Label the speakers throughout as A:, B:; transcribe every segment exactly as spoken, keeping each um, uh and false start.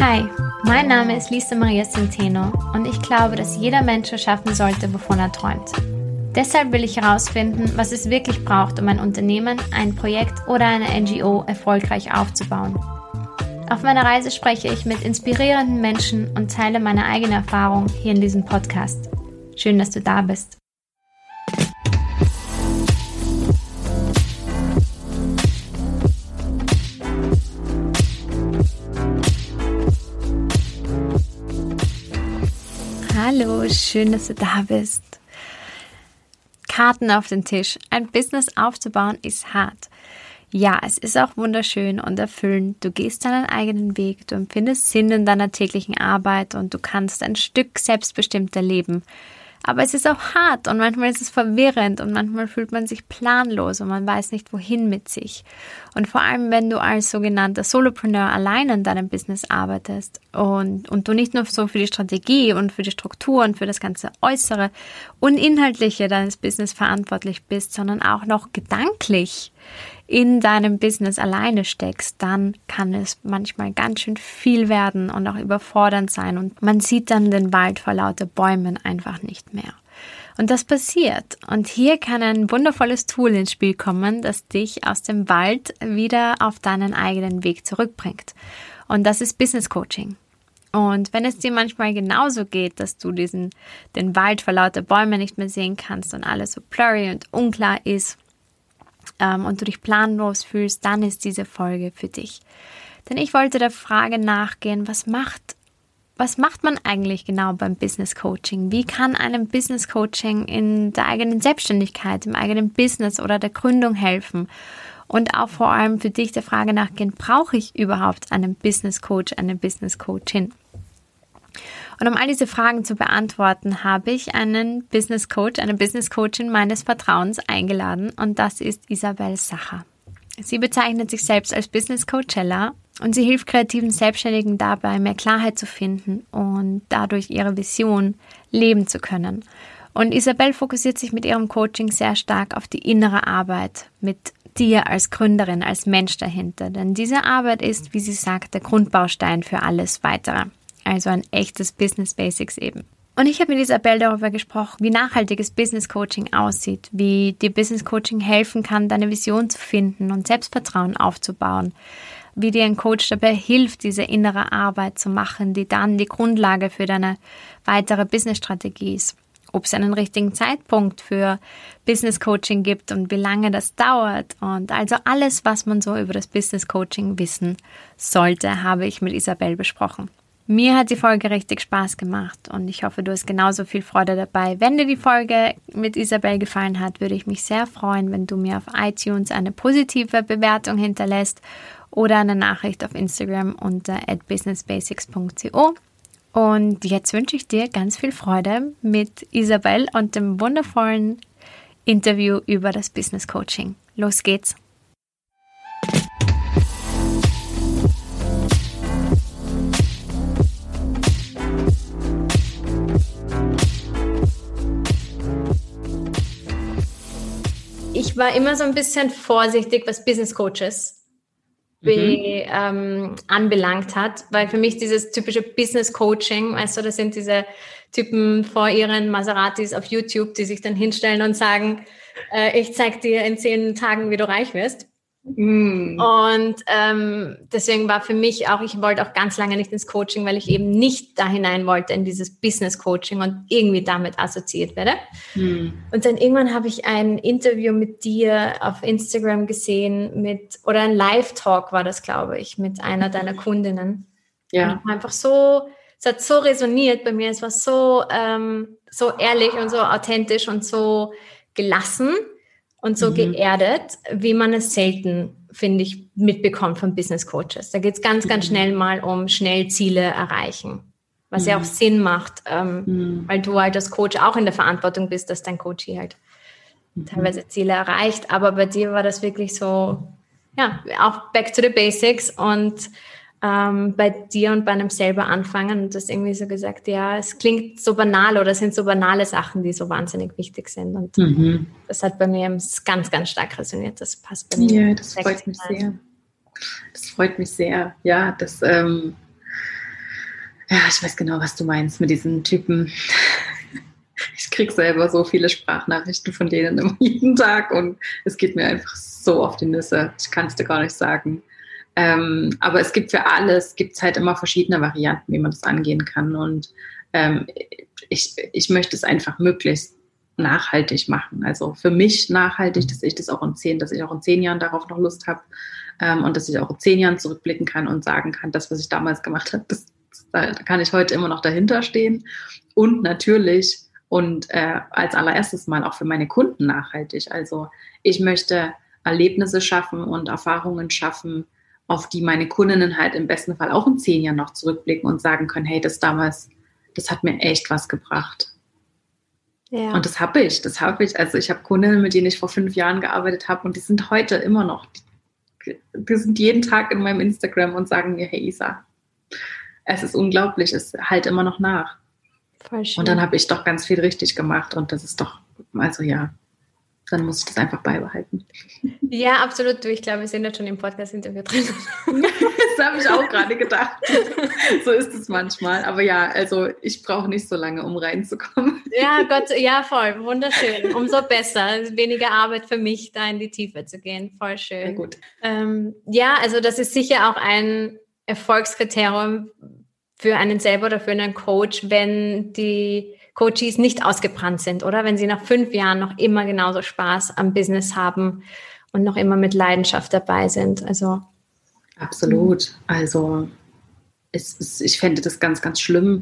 A: Hi, mein Name ist Lisa Maria Centeno und ich glaube, dass jeder Mensch schaffen sollte, wovon er träumt. Deshalb will ich herausfinden, was es wirklich braucht, um ein Unternehmen, ein Projekt oder eine N G O erfolgreich aufzubauen. Auf meiner Reise spreche ich mit inspirierenden Menschen und teile meine eigene Erfahrung hier in diesem Podcast. Schön, dass du da bist. Hallo, schön, dass du da bist. Karten auf den Tisch. Ein Business aufzubauen ist hart. Ja, es ist auch wunderschön und erfüllend. Du gehst deinen eigenen Weg, du empfindest Sinn in deiner täglichen Arbeit und du kannst ein Stück selbstbestimmter leben. Aber es ist auch hart und manchmal ist es verwirrend und manchmal fühlt man sich planlos und man weiß nicht, wohin mit sich. Und vor allem, wenn du als sogenannter Solopreneur allein an deinem Business arbeitest und, und du nicht nur so für die Strategie und für die Struktur und für das ganze Äußere und Inhaltliche deines Business verantwortlich bist, sondern auch noch gedanklich in deinem Business alleine steckst, dann kann es manchmal ganz schön viel werden und auch überfordernd sein und man sieht dann den Wald vor lauter Bäumen einfach nicht mehr. Und das passiert. Und hier kann ein wundervolles Tool ins Spiel kommen, das dich aus dem Wald wieder auf deinen eigenen Weg zurückbringt. Und das ist Business Coaching. Und wenn es dir manchmal genauso geht, dass du diesen, den Wald vor lauter Bäumen nicht mehr sehen kannst und alles so blurry und unklar ist, und du dich planlos fühlst, dann ist diese Folge für dich. Denn ich wollte der Frage nachgehen, was macht, was macht man eigentlich genau beim Business Coaching? Wie kann einem Business Coaching in der eigenen Selbstständigkeit, im eigenen Business oder der Gründung helfen? Und auch vor allem für dich der Frage nachgehen, brauche ich überhaupt einen Business Coach, eine Business Coachin? Und um all diese Fragen zu beantworten, habe ich einen Business Coach, eine Business Coachin meines Vertrauens eingeladen und das ist Isabel Sacher. Sie bezeichnet sich selbst als Business Coachella und sie hilft kreativen Selbstständigen dabei, mehr Klarheit zu finden und dadurch ihre Vision leben zu können. Und Isabel fokussiert sich mit ihrem Coaching sehr stark auf die innere Arbeit mit dir als Gründerin, als Mensch dahinter. Denn diese Arbeit ist, wie sie sagt, der Grundbaustein für alles Weitere. Also ein echtes Business Basics eben. Und ich habe mit Isabel darüber gesprochen, wie nachhaltiges Business Coaching aussieht, wie dir Business Coaching helfen kann, deine Vision zu finden und Selbstvertrauen aufzubauen, wie dir ein Coach dabei hilft, diese innere Arbeit zu machen, die dann die Grundlage für deine weitere Business-Strategie ist. Ob es einen richtigen Zeitpunkt für Business Coaching gibt und wie lange das dauert und also alles, was man so über das Business Coaching wissen sollte, habe ich mit Isabel besprochen. Mir hat die Folge richtig Spaß gemacht und ich hoffe, du hast genauso viel Freude dabei. Wenn dir die Folge mit Isabel gefallen hat, würde ich mich sehr freuen, wenn du mir auf iTunes eine positive Bewertung hinterlässt oder eine Nachricht auf Instagram unter at businessbasics punkt co. Und jetzt wünsche ich dir ganz viel Freude mit Isabel und dem wundervollen Interview über das Business Coaching. Los geht's! Ich war immer so ein bisschen vorsichtig, was Business Coaches be, mhm. ähm, anbelangt hat, weil für mich dieses typische Business Coaching, weißt du, das sind diese Typen vor ihren Maseratis auf YouTube, die sich dann hinstellen und sagen, äh, ich zeig dir in zehn Tagen, wie du reich wirst. Mm. Und ähm, deswegen war für mich auch, ich wollte auch ganz lange nicht ins Coaching, weil ich eben nicht da hinein wollte in dieses Business Coaching und irgendwie damit assoziiert werde. Mm. Und dann irgendwann habe ich ein Interview mit dir auf Instagram gesehen mit, oder ein Live-Talk war das, glaube ich, mit einer deiner Kundinnen. Ja. Und einfach so, es hat so resoniert bei mir, es war so, ähm, so ehrlich und so authentisch und so gelassen. Und so mhm. geerdet, wie man es selten, finde ich, mitbekommt von Business Coaches. Da geht es ganz, ganz mhm. schnell mal um schnell Ziele erreichen, was mhm. ja auch Sinn macht, ähm, mhm. weil du halt als Coach auch in der Verantwortung bist, dass dein Coach hier halt mhm. teilweise Ziele erreicht. Aber bei dir war das wirklich so, ja, auch back to the basics und ähm, bei dir und bei einem selber anfangen und das irgendwie so gesagt, ja, es klingt so banal oder es sind so banale Sachen, die so wahnsinnig wichtig sind und mhm. das hat bei mir ganz, ganz stark resoniert, das passt bei mir.
B: Ja, das freut mich sehr. Das freut mich sehr, ja, das, ähm, Ja, ich weiß genau, was du meinst mit diesen Typen. Ich kriege selber so viele Sprachnachrichten von denen immer jeden Tag und es geht mir einfach so auf die Nüsse. Ich kann es dir gar nicht sagen. Ähm, aber es gibt für alles, gibt es halt immer verschiedene Varianten, wie man das angehen kann. Und ähm, ich, ich möchte es einfach möglichst nachhaltig machen. Also für mich nachhaltig, dass ich das auch in zehn, dass ich auch in zehn Jahren darauf noch Lust habe ähm, und dass ich auch in zehn Jahren zurückblicken kann und sagen kann, das, was ich damals gemacht habe, das, da kann ich heute immer noch dahinter stehen. Und natürlich und äh, als allererstes mal auch für meine Kunden nachhaltig. Also ich möchte Erlebnisse schaffen und Erfahrungen schaffen, auf die meine Kundinnen halt im besten Fall auch in zehn Jahren noch zurückblicken und sagen können, hey, das damals, das hat mir echt was gebracht. Ja. Und das habe ich, das habe ich. Also ich habe Kundinnen, mit denen ich vor fünf Jahren gearbeitet habe und die sind heute immer noch, die, die sind jeden Tag in meinem Instagram und sagen mir, hey Isa, es ist unglaublich, es halt immer noch nach. Voll schön. Und dann habe ich doch ganz viel richtig gemacht und das ist doch, also ja, dann muss ich das einfach beibehalten.
A: Ja, absolut. Ich glaube, wir sind jetzt schon im Podcast-Interview drin.
B: Das habe ich auch gerade gedacht. So ist es manchmal. Aber ja, also ich brauche nicht so lange, um reinzukommen.
A: Ja, Gott, ja, voll. Wunderschön. Umso besser. Weniger Arbeit für mich, da in die Tiefe zu gehen. Voll schön.
B: Sehr gut.
A: Ähm, ja, also das ist sicher auch ein Erfolgskriterium für einen selber oder für einen Coach, wenn die Coaches nicht ausgebrannt sind, oder? Wenn sie nach fünf Jahren noch immer genauso Spaß am Business haben und noch immer mit Leidenschaft dabei sind. Also
B: absolut. Also es ist, ich fände das ganz, ganz schlimm,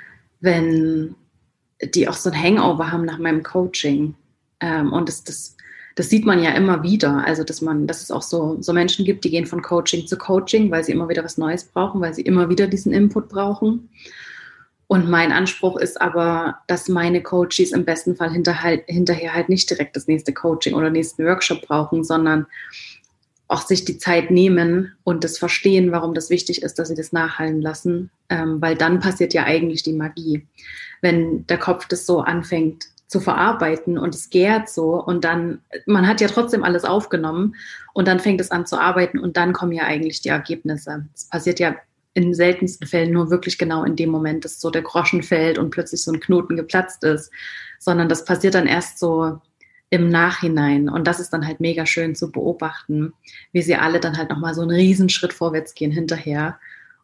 B: wenn die auch so ein Hangover haben nach meinem Coaching. Ähm, und das, das, das sieht man ja immer wieder. Also dass man, dass es auch so, so Menschen gibt, die gehen von Coaching zu Coaching, weil sie immer wieder was Neues brauchen, weil sie immer wieder diesen Input brauchen. Und mein Anspruch ist aber, dass meine Coaches im besten Fall hinterher, hinterher halt nicht direkt das nächste Coaching oder nächsten Workshop brauchen, sondern auch sich die Zeit nehmen und das verstehen, warum das wichtig ist, dass sie das nachhallen lassen, ähm, weil dann passiert ja eigentlich die Magie. Wenn der Kopf das so anfängt zu verarbeiten und es gärt so und dann, man hat ja trotzdem alles aufgenommen und dann fängt es an zu arbeiten und dann kommen ja eigentlich die Ergebnisse. Es passiert ja in seltensten Fällen nur wirklich genau in dem Moment, dass so der Groschen fällt und plötzlich so ein Knoten geplatzt ist, sondern das passiert dann erst so im Nachhinein und das ist dann halt mega schön zu beobachten, wie sie alle dann halt nochmal so einen Riesenschritt vorwärts gehen hinterher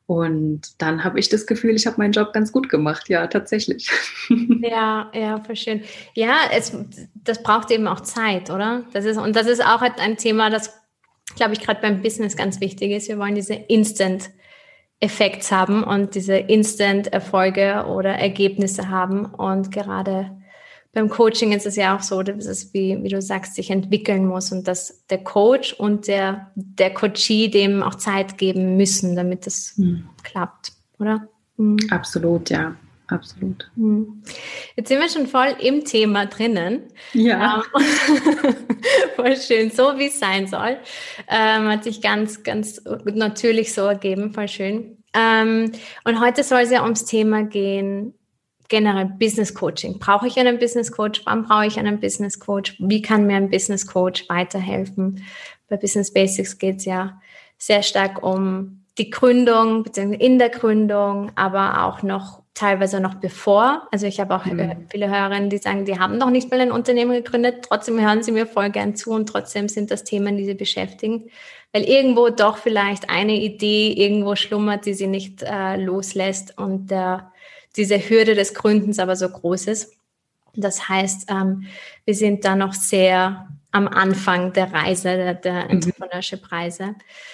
B: und dann habe ich das Gefühl, ich habe meinen Job ganz gut gemacht, ja, tatsächlich.
A: Ja, ja, voll schön. Ja, es, das braucht eben auch Zeit, oder? Das ist, und das ist auch halt ein Thema, das, glaube ich, gerade beim Business ganz wichtig ist. Wir wollen diese Instant Effekte haben und diese Instant-Erfolge oder Ergebnisse haben. Und gerade beim Coaching ist es ja auch so, dass es, wie, wie du sagst, sich entwickeln muss und dass der Coach und der, der Coachee dem auch Zeit geben müssen, damit es hm. klappt, oder?
B: Hm. Absolut, ja. Absolut.
A: Hm. Jetzt sind wir schon voll im Thema drinnen.
B: Ja.
A: Ähm, voll schön, so wie es sein soll. Ähm, hat sich ganz, ganz natürlich so ergeben, voll schön. Ähm, und heute soll es ja ums Thema gehen, generell Business Coaching. Brauche ich einen Business Coach? Wann brauche ich einen Business Coach? Wie kann mir ein Business Coach weiterhelfen? Bei Business Basics geht es ja sehr stark um die Gründung, beziehungsweise in der Gründung, aber auch noch teilweise noch bevor. Also ich habe auch mhm. viele Hörerinnen, die sagen, die haben noch nicht mal ein Unternehmen gegründet, trotzdem hören sie mir voll gern zu und trotzdem sind das Themen, die sie beschäftigen, weil irgendwo doch vielleicht eine Idee irgendwo schlummert, die sie nicht äh, loslässt und der, diese Hürde des Gründens aber so groß ist. Das heißt, ähm, wir sind da noch sehr am Anfang der Reise, der, der mhm. Entrepreneurship-Reise.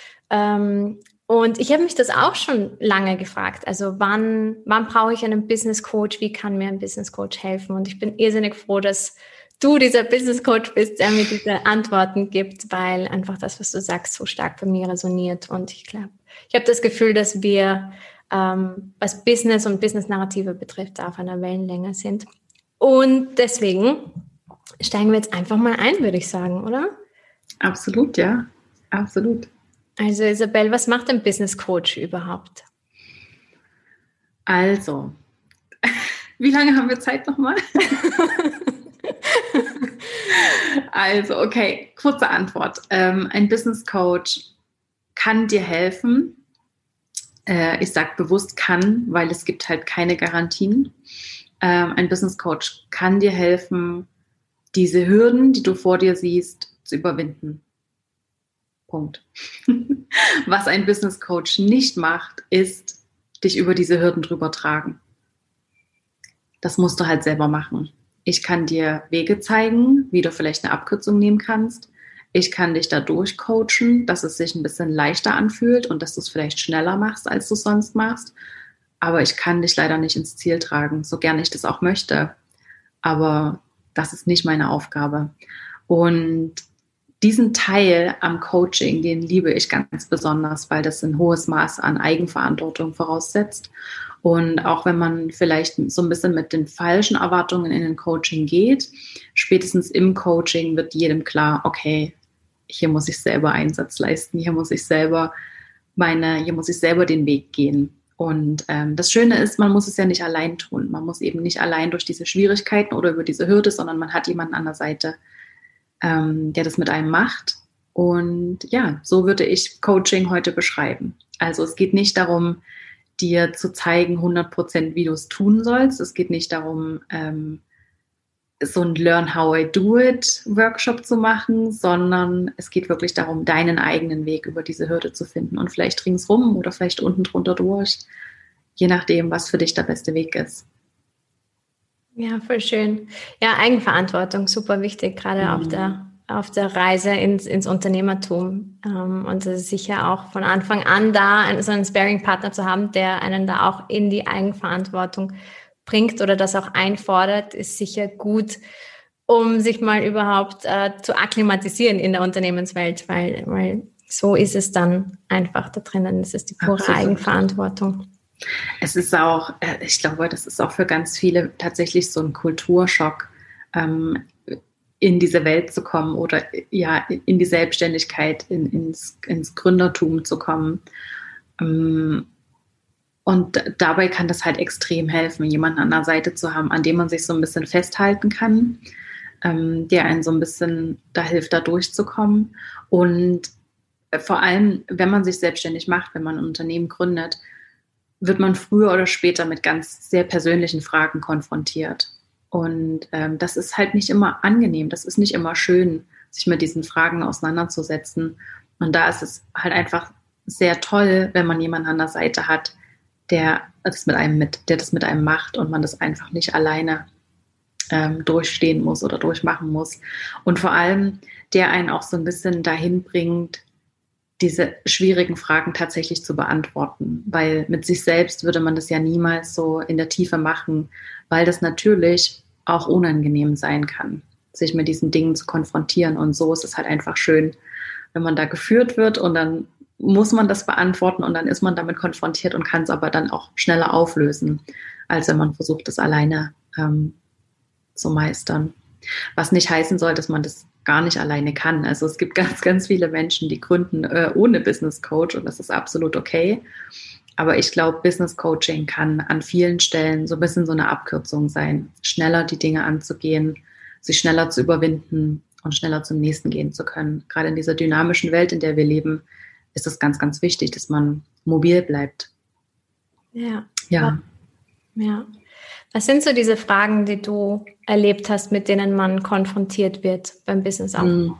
A: Ähm, Und ich habe mich das auch schon lange gefragt. Also wann, wann brauche ich einen Business Coach? Wie kann mir ein Business Coach helfen? Und ich bin irrsinnig froh, dass du dieser Business Coach bist, der mir diese Antworten gibt, weil einfach das, was du sagst, so stark bei mir resoniert. Und ich glaube, ich habe das Gefühl, dass wir, ähm, was Business und Business-Narrative betrifft, da auf einer Wellenlänge sind. Und deswegen steigen wir jetzt einfach mal ein, würde ich sagen, oder?
B: Absolut, ja. Absolut.
A: Also Isabel, was macht ein Business Coach überhaupt?
B: Also, wie lange haben wir Zeit nochmal? Also, okay, kurze Antwort. Ähm, ein Business Coach kann dir helfen, Äh, ich sage bewusst kann, weil es gibt halt keine Garantien. Ähm, ein Business Coach kann dir helfen, diese Hürden, die du vor dir siehst, zu überwinden. Punkt. Was ein Business Coach nicht macht, ist dich über diese Hürden drüber tragen. Das musst du halt selber machen. Ich kann dir Wege zeigen, wie du vielleicht eine Abkürzung nehmen kannst. Ich kann dich da durchcoachen, dass es sich ein bisschen leichter anfühlt und dass du es vielleicht schneller machst, als du es sonst machst. Aber ich kann dich leider nicht ins Ziel tragen, so gerne ich das auch möchte. Aber das ist nicht meine Aufgabe. Und diesen Teil am Coaching, den liebe ich ganz besonders, weil das ein hohes Maß an Eigenverantwortung voraussetzt. Und auch wenn man vielleicht so ein bisschen mit den falschen Erwartungen in den Coaching geht, spätestens im Coaching wird jedem klar, okay, hier muss ich selber Einsatz leisten, hier muss ich selber meine, hier muss ich selber den Weg gehen. Und ähm, das Schöne ist, man muss es ja nicht allein tun. Man muss eben nicht allein durch diese Schwierigkeiten oder über diese Hürde, sondern man hat jemanden an der Seite, ähm, der das mit einem macht. Und ja, so würde ich Coaching heute beschreiben. Also es geht nicht darum, dir zu zeigen hundert Prozent, wie du es tun sollst. Es geht nicht darum, ähm, so ein Learn How I Do It Workshop zu machen, sondern es geht wirklich darum, deinen eigenen Weg über diese Hürde zu finden und vielleicht ringsrum oder vielleicht unten drunter durch, je nachdem, was für dich der beste Weg ist.
A: Ja, voll schön. Ja, Eigenverantwortung, super wichtig, gerade mhm. auf der auf der Reise ins, ins Unternehmertum. Und es ist sicher auch von Anfang an da, so einen Sparring-Partner zu haben, der einen da auch in die Eigenverantwortung bringt oder das auch einfordert, ist sicher gut, um sich mal überhaupt äh, zu akklimatisieren in der Unternehmenswelt, weil, weil so ist es dann einfach da drinnen. Es ist die pure Absolut. Eigenverantwortung.
B: Es ist auch, ich glaube, das ist auch für ganz viele tatsächlich so ein Kulturschock, ähm, in diese Welt zu kommen oder ja in die Selbstständigkeit, in, ins, ins Gründertum zu kommen. Und dabei kann das halt extrem helfen, jemanden an der Seite zu haben, an dem man sich so ein bisschen festhalten kann, der einen so ein bisschen da hilft, da durchzukommen. Und vor allem, wenn man sich selbstständig macht, wenn man ein Unternehmen gründet, wird man früher oder später mit ganz sehr persönlichen Fragen konfrontiert. Und ähm, das ist halt nicht immer angenehm, das ist nicht immer schön, sich mit diesen Fragen auseinanderzusetzen. Und da ist es halt einfach sehr toll, wenn man jemanden an der Seite hat, der das mit einem mit, der das mit einem macht und man das einfach nicht alleine ähm, durchstehen muss oder durchmachen muss. Und vor allem, der einen auch so ein bisschen dahin bringt, diese schwierigen Fragen tatsächlich zu beantworten. Weil mit sich selbst würde man das ja niemals so in der Tiefe machen, weil das natürlich auch unangenehm sein kann, sich mit diesen Dingen zu konfrontieren. Und so ist es halt einfach schön, wenn man da geführt wird und dann muss man das beantworten und dann ist man damit konfrontiert und kann es aber dann auch schneller auflösen, als wenn man versucht, das alleine ähm, zu meistern. Was nicht heißen soll, dass man das gar nicht alleine kann. Also es gibt ganz, ganz viele Menschen, die gründen äh, ohne Business Coach und das ist absolut okay. Aber ich glaube, Business Coaching kann an vielen Stellen so ein bisschen so eine Abkürzung sein, schneller die Dinge anzugehen, sich schneller zu überwinden und schneller zum nächsten gehen zu können. Gerade in dieser dynamischen Welt, in der wir leben, ist es ganz, ganz wichtig, dass man mobil bleibt.
A: Ja.
B: Ja.
A: Ja. Was sind so diese Fragen, die du erlebt hast, mit denen man konfrontiert wird beim Businessaufbau?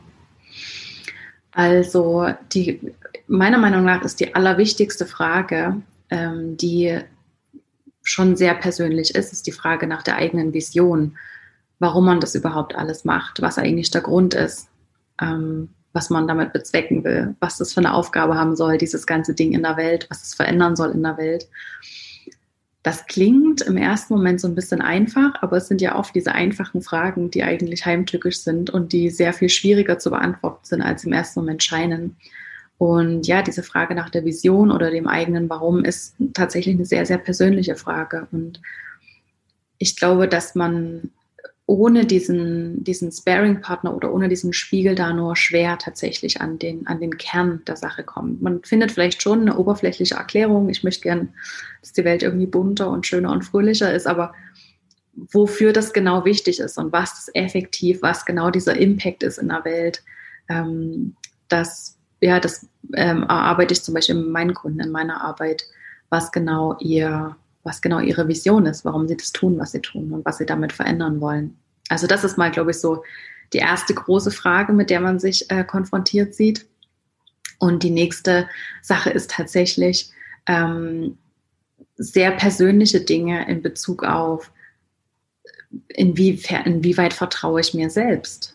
B: Also die, meiner Meinung nach ist die allerwichtigste Frage, ähm, die schon sehr persönlich ist, ist die Frage nach der eigenen Vision, warum man das überhaupt alles macht, was eigentlich der Grund ist, ähm, was man damit bezwecken will, was das für eine Aufgabe haben soll, dieses ganze Ding in der Welt, was es verändern soll in der Welt. Das klingt im ersten Moment so ein bisschen einfach, aber es sind ja oft diese einfachen Fragen, die eigentlich heimtückisch sind und die sehr viel schwieriger zu beantworten sind, als im ersten Moment scheinen. Und ja, diese Frage nach der Vision oder dem eigenen Warum ist tatsächlich eine sehr, sehr persönliche Frage. Und ich glaube, dass man ohne diesen, diesen Sparring-Partner oder ohne diesen Spiegel da nur schwer tatsächlich an den, an den Kern der Sache kommt. Man findet vielleicht schon eine oberflächliche Erklärung. Ich möchte gern, dass die Welt irgendwie bunter und schöner und fröhlicher ist, aber wofür das genau wichtig ist und was das effektiv, was genau dieser Impact ist in der Welt, ähm, das, ja, das ähm, erarbeite ich zum Beispiel mit meinen Kunden in meiner Arbeit. was genau ihr, was genau ihre Vision ist, warum sie das tun, was sie tun und was sie damit verändern wollen. Also das ist mal, glaube ich, so die erste große Frage, mit der man sich äh, konfrontiert sieht. Und die nächste Sache ist tatsächlich ähm, sehr persönliche Dinge in Bezug auf, inwiefern, inwieweit vertraue ich mir selbst?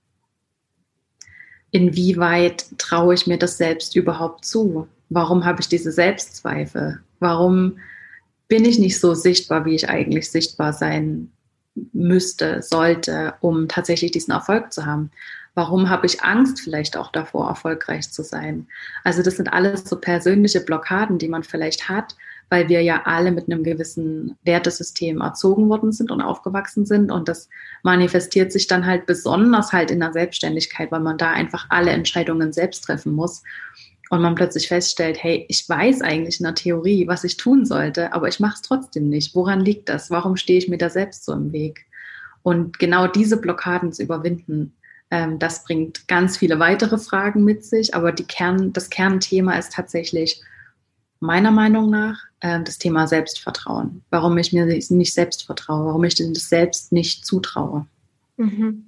B: Inwieweit traue ich mir das selbst überhaupt zu? Warum habe ich diese Selbstzweifel? Warum bin ich nicht so sichtbar, wie ich eigentlich sichtbar sein müsste, sollte, um tatsächlich diesen Erfolg zu haben? Warum habe ich Angst vielleicht auch davor, erfolgreich zu sein? Also das sind alles so persönliche Blockaden, die man vielleicht hat, weil wir ja alle mit einem gewissen Wertesystem erzogen worden sind und aufgewachsen sind. Und das manifestiert sich dann halt besonders halt in der Selbstständigkeit, weil man da einfach alle Entscheidungen selbst treffen muss. Und man plötzlich feststellt, hey, ich weiß eigentlich in der Theorie, was ich tun sollte, aber ich mache es trotzdem nicht. Woran liegt das? Warum stehe ich mir da selbst so im Weg? Und genau diese Blockaden zu überwinden, ähm, das bringt ganz viele weitere Fragen mit sich. Aber die Kern, das Kernthema ist tatsächlich meiner Meinung nach äh, das Thema Selbstvertrauen. Warum ich mir nicht selbst vertraue, warum ich das selbst nicht zutraue.
A: Mhm.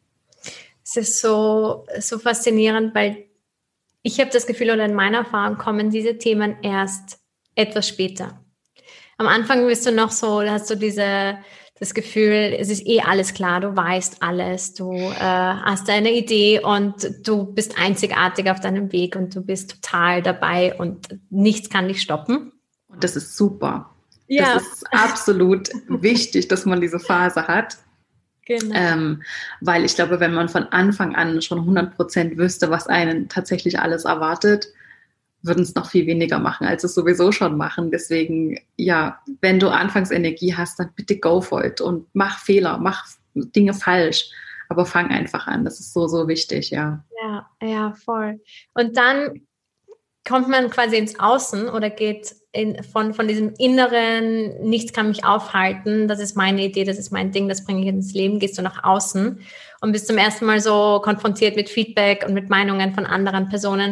A: Es ist so, so faszinierend, weil ich habe das Gefühl, oder in meiner Erfahrung kommen diese Themen erst etwas später. Am Anfang bist du noch so, hast du diese, das Gefühl, es ist eh alles klar, du weißt alles, du äh, hast eine Idee und du bist einzigartig auf deinem Weg und du bist total dabei und nichts kann dich stoppen.
B: Und das ist super.
A: Ja.
B: Das ist absolut wichtig, dass man diese Phase hat. Genau. Ähm, weil ich glaube, wenn man von Anfang an schon hundert Prozent wüsste, was einen tatsächlich alles erwartet, würden es noch viel weniger machen, als es sowieso schon machen. Deswegen, ja, wenn du anfangs Energie hast, dann bitte go for it und mach Fehler, mach Dinge falsch, aber fang einfach an. Das ist so, so wichtig, ja.
A: Ja, ja, voll. Und dann kommt man quasi ins Außen oder geht in, von, von diesem inneren, nichts kann mich aufhalten, das ist meine Idee, das ist mein Ding, das bringe ich ins Leben, gehst du nach außen und bist zum ersten Mal so konfrontiert mit Feedback und mit Meinungen von anderen Personen.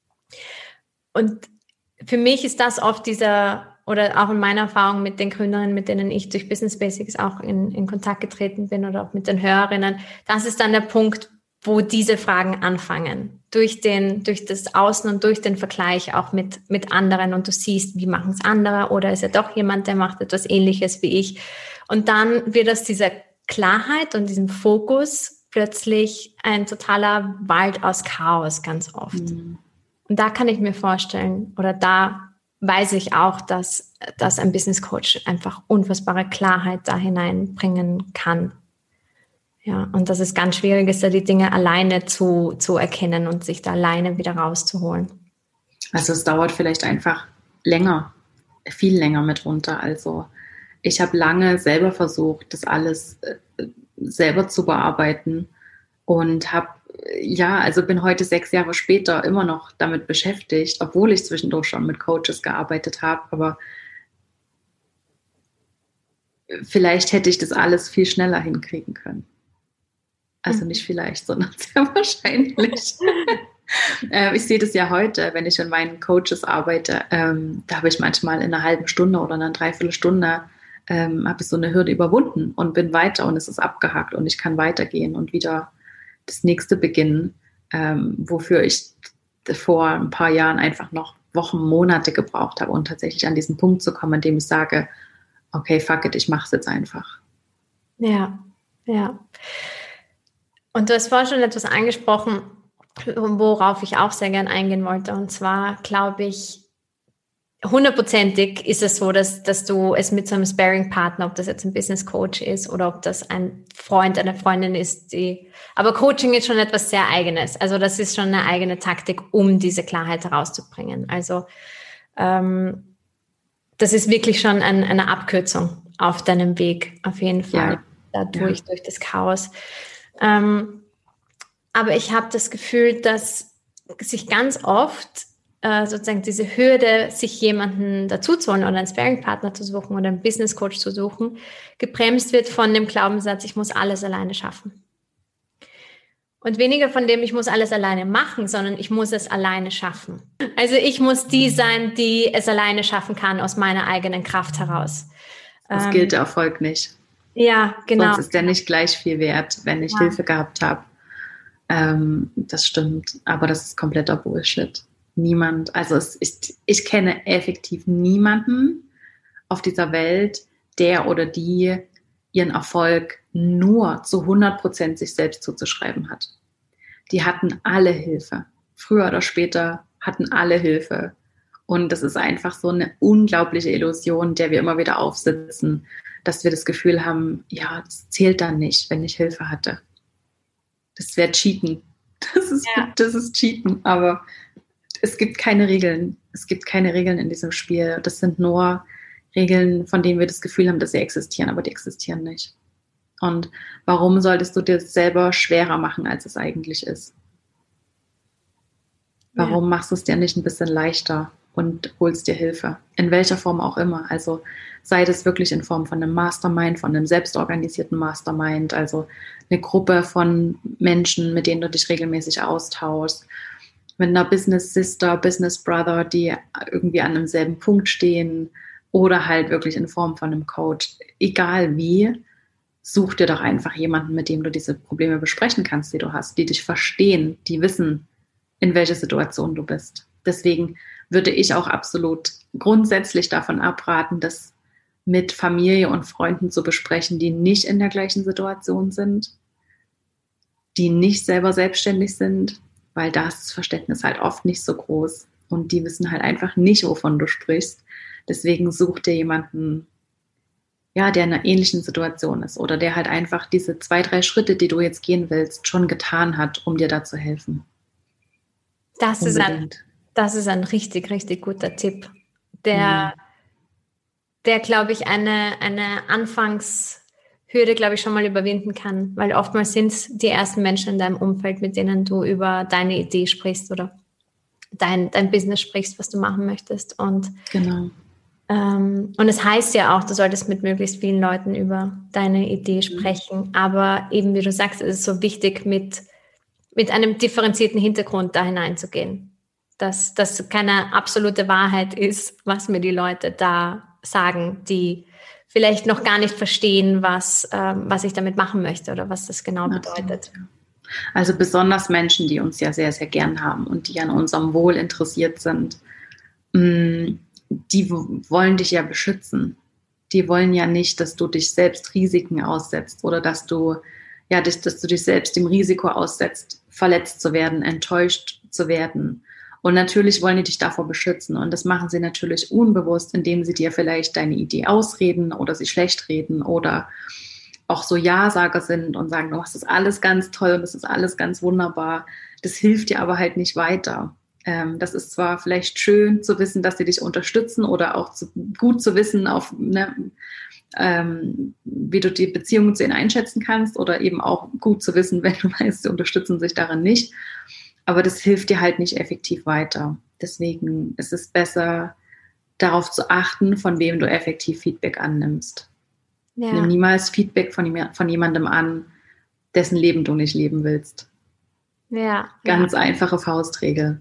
A: Und für mich ist das oft dieser, oder auch in meiner Erfahrung mit den Gründerinnen, mit denen ich durch Business Basics auch in, in Kontakt getreten bin oder auch mit den Hörerinnen, das ist dann der Punkt, wo diese Fragen anfangen. Durch den, durch das Außen und durch den Vergleich auch mit, mit anderen und du siehst, wie machen es andere oder ist ja doch jemand, der macht etwas Ähnliches wie ich. Und dann wird aus dieser Klarheit und diesem Fokus plötzlich ein totaler Wald aus Chaos ganz oft. Mhm. Und da kann ich mir vorstellen, oder da weiß ich auch, dass, dass ein Business Coach einfach unfassbare Klarheit da hineinbringen kann. Ja, und dass es ganz schwierig ist, da die Dinge alleine zu, zu erkennen und sich da alleine wieder rauszuholen.
B: Also es dauert vielleicht einfach länger, viel länger mitunter. Also ich habe lange selber versucht, das alles äh, selber zu bearbeiten und habe, ja, also bin heute sechs Jahre später immer noch damit beschäftigt, obwohl ich zwischendurch schon mit Coaches gearbeitet habe, aber vielleicht hätte ich das alles viel schneller hinkriegen können. Also nicht vielleicht, sondern sehr wahrscheinlich. äh, ich sehe das ja heute, wenn ich mit meinen Coaches arbeite, ähm, da habe ich manchmal in einer halben Stunde oder einer Dreiviertelstunde ähm, habe ich so eine Hürde überwunden und bin weiter und es ist abgehakt und ich kann weitergehen und wieder das nächste beginnen, ähm, wofür ich vor ein paar Jahren einfach noch Wochen, Monate gebraucht habe, um tatsächlich an diesen Punkt zu kommen, an dem ich sage, okay, fuck it, ich mache es jetzt einfach.
A: Ja, ja. Und du hast vorhin schon etwas angesprochen, worauf ich auch sehr gern eingehen wollte. Und zwar glaube ich, hundertprozentig ist es so, dass, dass du es mit so einem Sparring-Partner, ob das jetzt ein Business Coach ist oder ob das ein Freund, eine Freundin ist, die, aber Coaching ist schon etwas sehr Eigenes. Also das ist schon eine eigene Taktik, um diese Klarheit herauszubringen. Also ähm, das ist wirklich schon ein, eine Abkürzung auf deinem Weg, auf jeden Fall, ja. dadurch, ja. durch das Chaos. Ähm, aber ich habe das Gefühl, dass sich ganz oft äh, sozusagen diese Hürde, sich jemanden dazu zu holen oder einen Sparring-Partner zu suchen oder einen Business-Coach zu suchen, gebremst wird von dem Glaubenssatz, ich muss alles alleine schaffen. Und weniger von dem, ich muss alles alleine machen, sondern ich muss es alleine schaffen. Also ich muss die sein, die es alleine schaffen kann aus meiner eigenen Kraft heraus.
B: Das
A: ähm,
B: gilt der Erfolg nicht.
A: Ja, genau.
B: Sonst ist der nicht gleich viel wert, wenn ich ja. Hilfe gehabt habe. Ähm, das stimmt, aber das ist kompletter Bullshit. Niemand, also es, ich, ich kenne effektiv niemanden auf dieser Welt, der oder die ihren Erfolg nur zu hundert Prozent sich selbst zuzuschreiben hat. Die hatten alle Hilfe. Früher oder später hatten alle Hilfe. Und das ist einfach so eine unglaubliche Illusion, der wir immer wieder aufsitzen, dass wir das Gefühl haben, ja, das zählt dann nicht, wenn ich Hilfe hatte. Das wäre Cheaten. Das ist, ja. das ist Cheaten, aber es gibt keine Regeln. Es gibt keine Regeln in diesem Spiel. Das sind nur Regeln, von denen wir das Gefühl haben, dass sie existieren, aber die existieren nicht. Und warum solltest du dir selber schwerer machen, als es eigentlich ist? Warum ja. machst du es dir nicht ein bisschen leichter und holst dir Hilfe? In welcher Form auch immer. Also sei das wirklich in Form von einem Mastermind, von einem selbstorganisierten Mastermind, also eine Gruppe von Menschen, mit denen du dich regelmäßig austauschst, mit einer Business Sister, Business Brother, die irgendwie an demselben Punkt stehen, oder halt wirklich in Form von einem Coach. Egal wie, such dir doch einfach jemanden, mit dem du diese Probleme besprechen kannst, die du hast, die dich verstehen, die wissen, in welcher Situation du bist. Deswegen würde ich auch absolut grundsätzlich davon abraten, das mit Familie und Freunden zu besprechen, die nicht in der gleichen Situation sind, die nicht selber selbstständig sind, weil da ist das Verständnis halt oft nicht so groß und die wissen halt einfach nicht, wovon du sprichst. Deswegen such dir jemanden, ja, der in einer ähnlichen Situation ist oder der halt einfach diese zwei, drei Schritte, die du jetzt gehen willst, schon getan hat, um dir da zu helfen.
A: Das ist, ein, das ist ein richtig, richtig guter Tipp, der, mhm. der glaube ich, eine, eine Anfangshürde, glaube ich, schon mal überwinden kann, weil oftmals sind es die ersten Menschen in deinem Umfeld, mit denen du über deine Idee sprichst oder dein, dein Business sprichst, was du machen möchtest. Und
B: genau.
A: Ähm, und es heißt ja auch, du solltest mit möglichst vielen Leuten über deine Idee sprechen. Mhm. Aber eben, wie du sagst, ist es so wichtig, mit, mit einem differenzierten Hintergrund da hineinzugehen. Dass das keine absolute Wahrheit ist, was mir die Leute da sagen, die vielleicht noch gar nicht verstehen, was, ähm, was ich damit machen möchte oder was das genau bedeutet.
B: Absolut, ja. Also besonders Menschen, die uns ja sehr, sehr gern haben und die an unserem Wohl interessiert sind, mh, die wollen dich ja beschützen. Die wollen ja nicht, dass du dich selbst Risiken aussetzt oder dass du, ja, dass, dass du dich selbst dem Risiko aussetzt, verletzt zu werden, enttäuscht zu werden. Und natürlich wollen die dich davor beschützen. Und das machen sie natürlich unbewusst, indem sie dir vielleicht deine Idee ausreden oder sie schlecht reden oder auch so Ja-Sager sind und sagen, du machst das alles ganz toll und das ist alles ganz wunderbar. Das hilft dir aber halt nicht weiter. Ähm, das ist zwar vielleicht schön zu wissen, dass sie dich unterstützen oder auch zu, gut zu wissen, auf, ne, ähm, wie du die Beziehung zu ihnen einschätzen kannst oder eben auch gut zu wissen, wenn du weißt, sie unterstützen sich darin nicht. Aber das hilft dir halt nicht effektiv weiter. Deswegen ist es besser, darauf zu achten, von wem du effektiv Feedback annimmst. Ja. Nimm niemals Feedback von, von jemandem an, dessen Leben du nicht leben willst.
A: Ja.
B: Ganz
A: ja.
B: einfache Faustregel.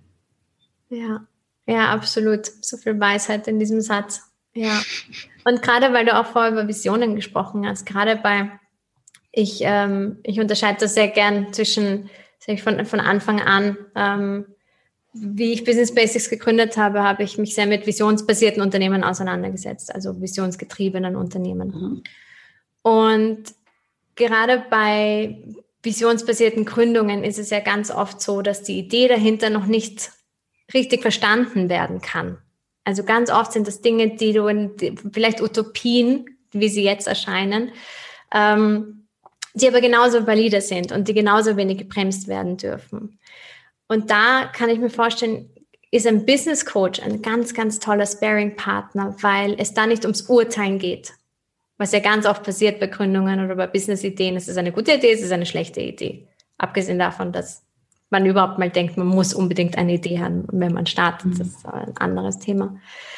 A: Ja, ja, absolut. So viel Weisheit in diesem Satz. Ja. Und gerade weil du auch vorher über Visionen gesprochen hast, gerade bei, ich, ähm, ich unterscheide das sehr gern zwischen, sag ich von, von Anfang an, ähm, wie ich Business Basics gegründet habe, habe ich mich sehr mit visionsbasierten Unternehmen auseinandergesetzt, also visionsgetriebenen Unternehmen. Mhm. Und gerade bei visionsbasierten Gründungen ist es ja ganz oft so, dass die Idee dahinter noch nicht richtig verstanden werden kann. Also ganz oft sind das Dinge, die du in, die, vielleicht Utopien, wie sie jetzt erscheinen, ähm, die aber genauso valide sind und die genauso wenig gebremst werden dürfen. Und da kann ich mir vorstellen, ist ein Business Coach ein ganz, ganz toller Sparring-Partner, weil es da nicht ums Urteilen geht, was ja ganz oft passiert bei Gründungen oder bei Business-Ideen. Es ist eine gute Idee, es ist eine schlechte Idee. Abgesehen davon, dass man überhaupt mal denkt, man muss unbedingt eine Idee haben, wenn man startet. Mhm. Das ist ein anderes Thema.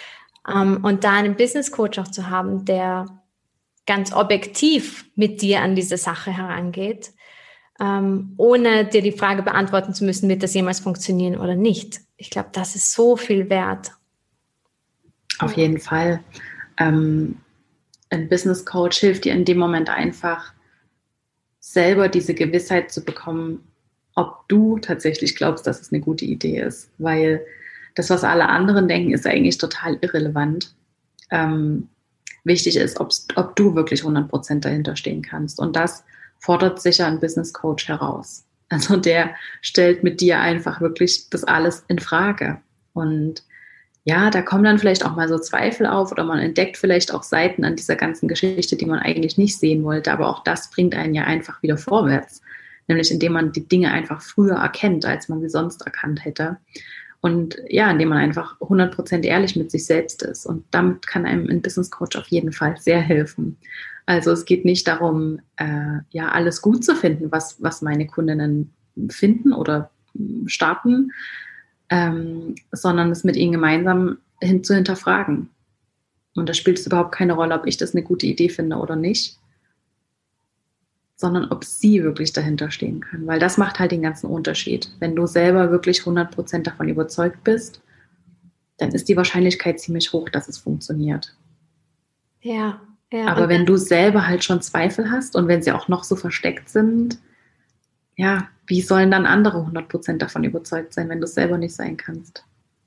A: Um, und da einen Business Coach auch zu haben, der ganz objektiv mit dir an diese Sache herangeht, ähm, ohne dir die Frage beantworten zu müssen, wird das jemals funktionieren oder nicht. Ich glaube, das ist so viel wert.
B: Auf jeden Fall. Ähm, ein Business Coach hilft dir in dem Moment einfach, selber diese Gewissheit zu bekommen, ob du tatsächlich glaubst, dass es eine gute Idee ist. Weil das, was alle anderen denken, ist eigentlich total irrelevant. Ähm, wichtig ist, ob du wirklich hundert Prozent dahinter stehen kannst. Und das fordert sicher ein Business Coach heraus. Also der stellt mit dir einfach wirklich das alles in Frage. Und ja, da kommen dann vielleicht auch mal so Zweifel auf oder man entdeckt vielleicht auch Seiten an dieser ganzen Geschichte, die man eigentlich nicht sehen wollte. Aber auch das bringt einen ja einfach wieder vorwärts. Nämlich indem man die Dinge einfach früher erkennt, als man sie sonst erkannt hätte. Und ja, indem man einfach hundert Prozent ehrlich mit sich selbst ist. Und damit kann einem ein Business Coach auf jeden Fall sehr helfen. Also es geht nicht darum, äh, ja, alles gut zu finden, was, was meine Kundinnen finden oder starten, ähm, sondern es mit ihnen gemeinsam hin zu hinterfragen. Und da spielt es überhaupt keine Rolle, ob ich das eine gute Idee finde oder nicht, sondern ob sie wirklich dahinter stehen kann. Weil das macht halt den ganzen Unterschied. Wenn du selber wirklich hundert Prozent davon überzeugt bist, dann ist die Wahrscheinlichkeit ziemlich hoch, dass es funktioniert.
A: Ja, ja.
B: Aber wenn du selber halt schon Zweifel hast und wenn sie auch noch so versteckt sind, ja, wie sollen dann andere hundert Prozent davon überzeugt sein, wenn du es selber nicht sein kannst?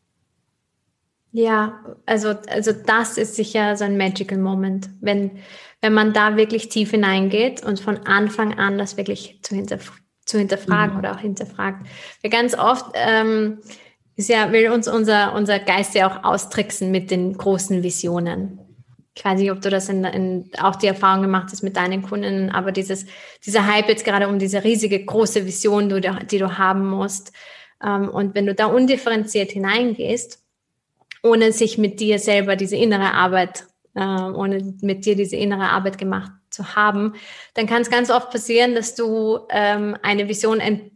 A: Ja, also, also das ist sicher so ein Magical Moment, wenn, wenn man da wirklich tief hineingeht und von Anfang an das wirklich zu, hinterf- zu hinterfragen mhm. oder auch hinterfragt. Weil ganz oft ähm, ist ja, will uns unser, unser Geist ja auch austricksen mit den großen Visionen. Ich weiß nicht, ob du das in, in, auch die Erfahrung gemacht hast mit deinen Kunden, aber dieses, dieser Hype jetzt gerade um diese riesige, große Vision, die, die du haben musst. Ähm, und wenn du da undifferenziert hineingehst, ohne sich mit dir selber diese innere Arbeit, äh, ohne mit dir diese innere Arbeit gemacht zu haben, dann kann es ganz oft passieren, dass du ähm, eine Vision ent-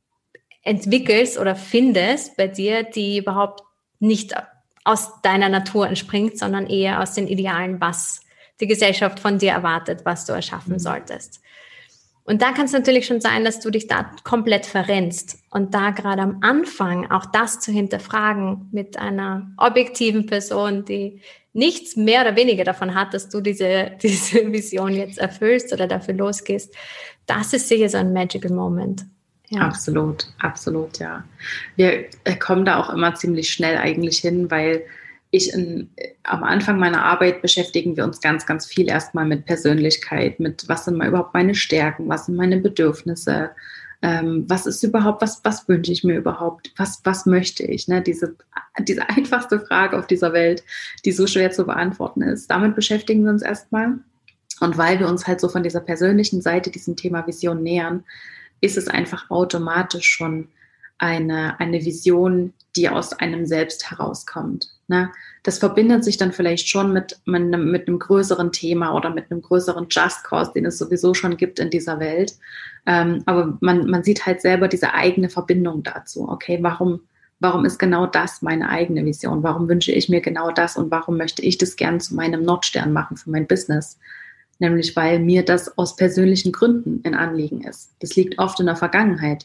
A: entwickelst oder findest bei dir, die überhaupt nicht aus deiner Natur entspringt, sondern eher aus den Idealen, was die Gesellschaft von dir erwartet, was du erschaffen mhm. solltest. Und da kann es natürlich schon sein, dass du dich da komplett verrennst. Und da gerade am Anfang auch das zu hinterfragen mit einer objektiven Person, die nichts mehr oder weniger davon hat, dass du diese, diese Vision jetzt erfüllst oder dafür losgehst, das ist sicher so ein Magical Moment. Ja.
B: Absolut, absolut, ja. Wir kommen da auch immer ziemlich schnell eigentlich hin, weil ich in, am Anfang meiner Arbeit beschäftigen wir uns ganz, ganz viel erstmal mit Persönlichkeit, mit was sind mal überhaupt meine Stärken, was sind meine Bedürfnisse, ähm, was ist überhaupt, was, was wünsche ich mir überhaupt, was, was möchte ich, ne? Diese, diese einfachste Frage auf dieser Welt, die so schwer zu beantworten ist. Damit beschäftigen wir uns erstmal. Und weil wir uns halt so von dieser persönlichen Seite diesem Thema Vision nähern, ist es einfach automatisch schon eine, eine Vision, die aus einem selbst herauskommt. Ne? Das verbindet sich dann vielleicht schon mit, mit, einem, mit einem größeren Thema oder mit einem größeren Just Cause, den es sowieso schon gibt in dieser Welt. Ähm, aber man, man sieht halt selber diese eigene Verbindung dazu. Okay, warum, warum ist genau das meine eigene Vision? Warum wünsche ich mir genau das und warum möchte ich das gern zu meinem Nordstern machen für mein Business? Nämlich, weil mir das aus persönlichen Gründen ein Anliegen ist. Das liegt oft in der Vergangenheit.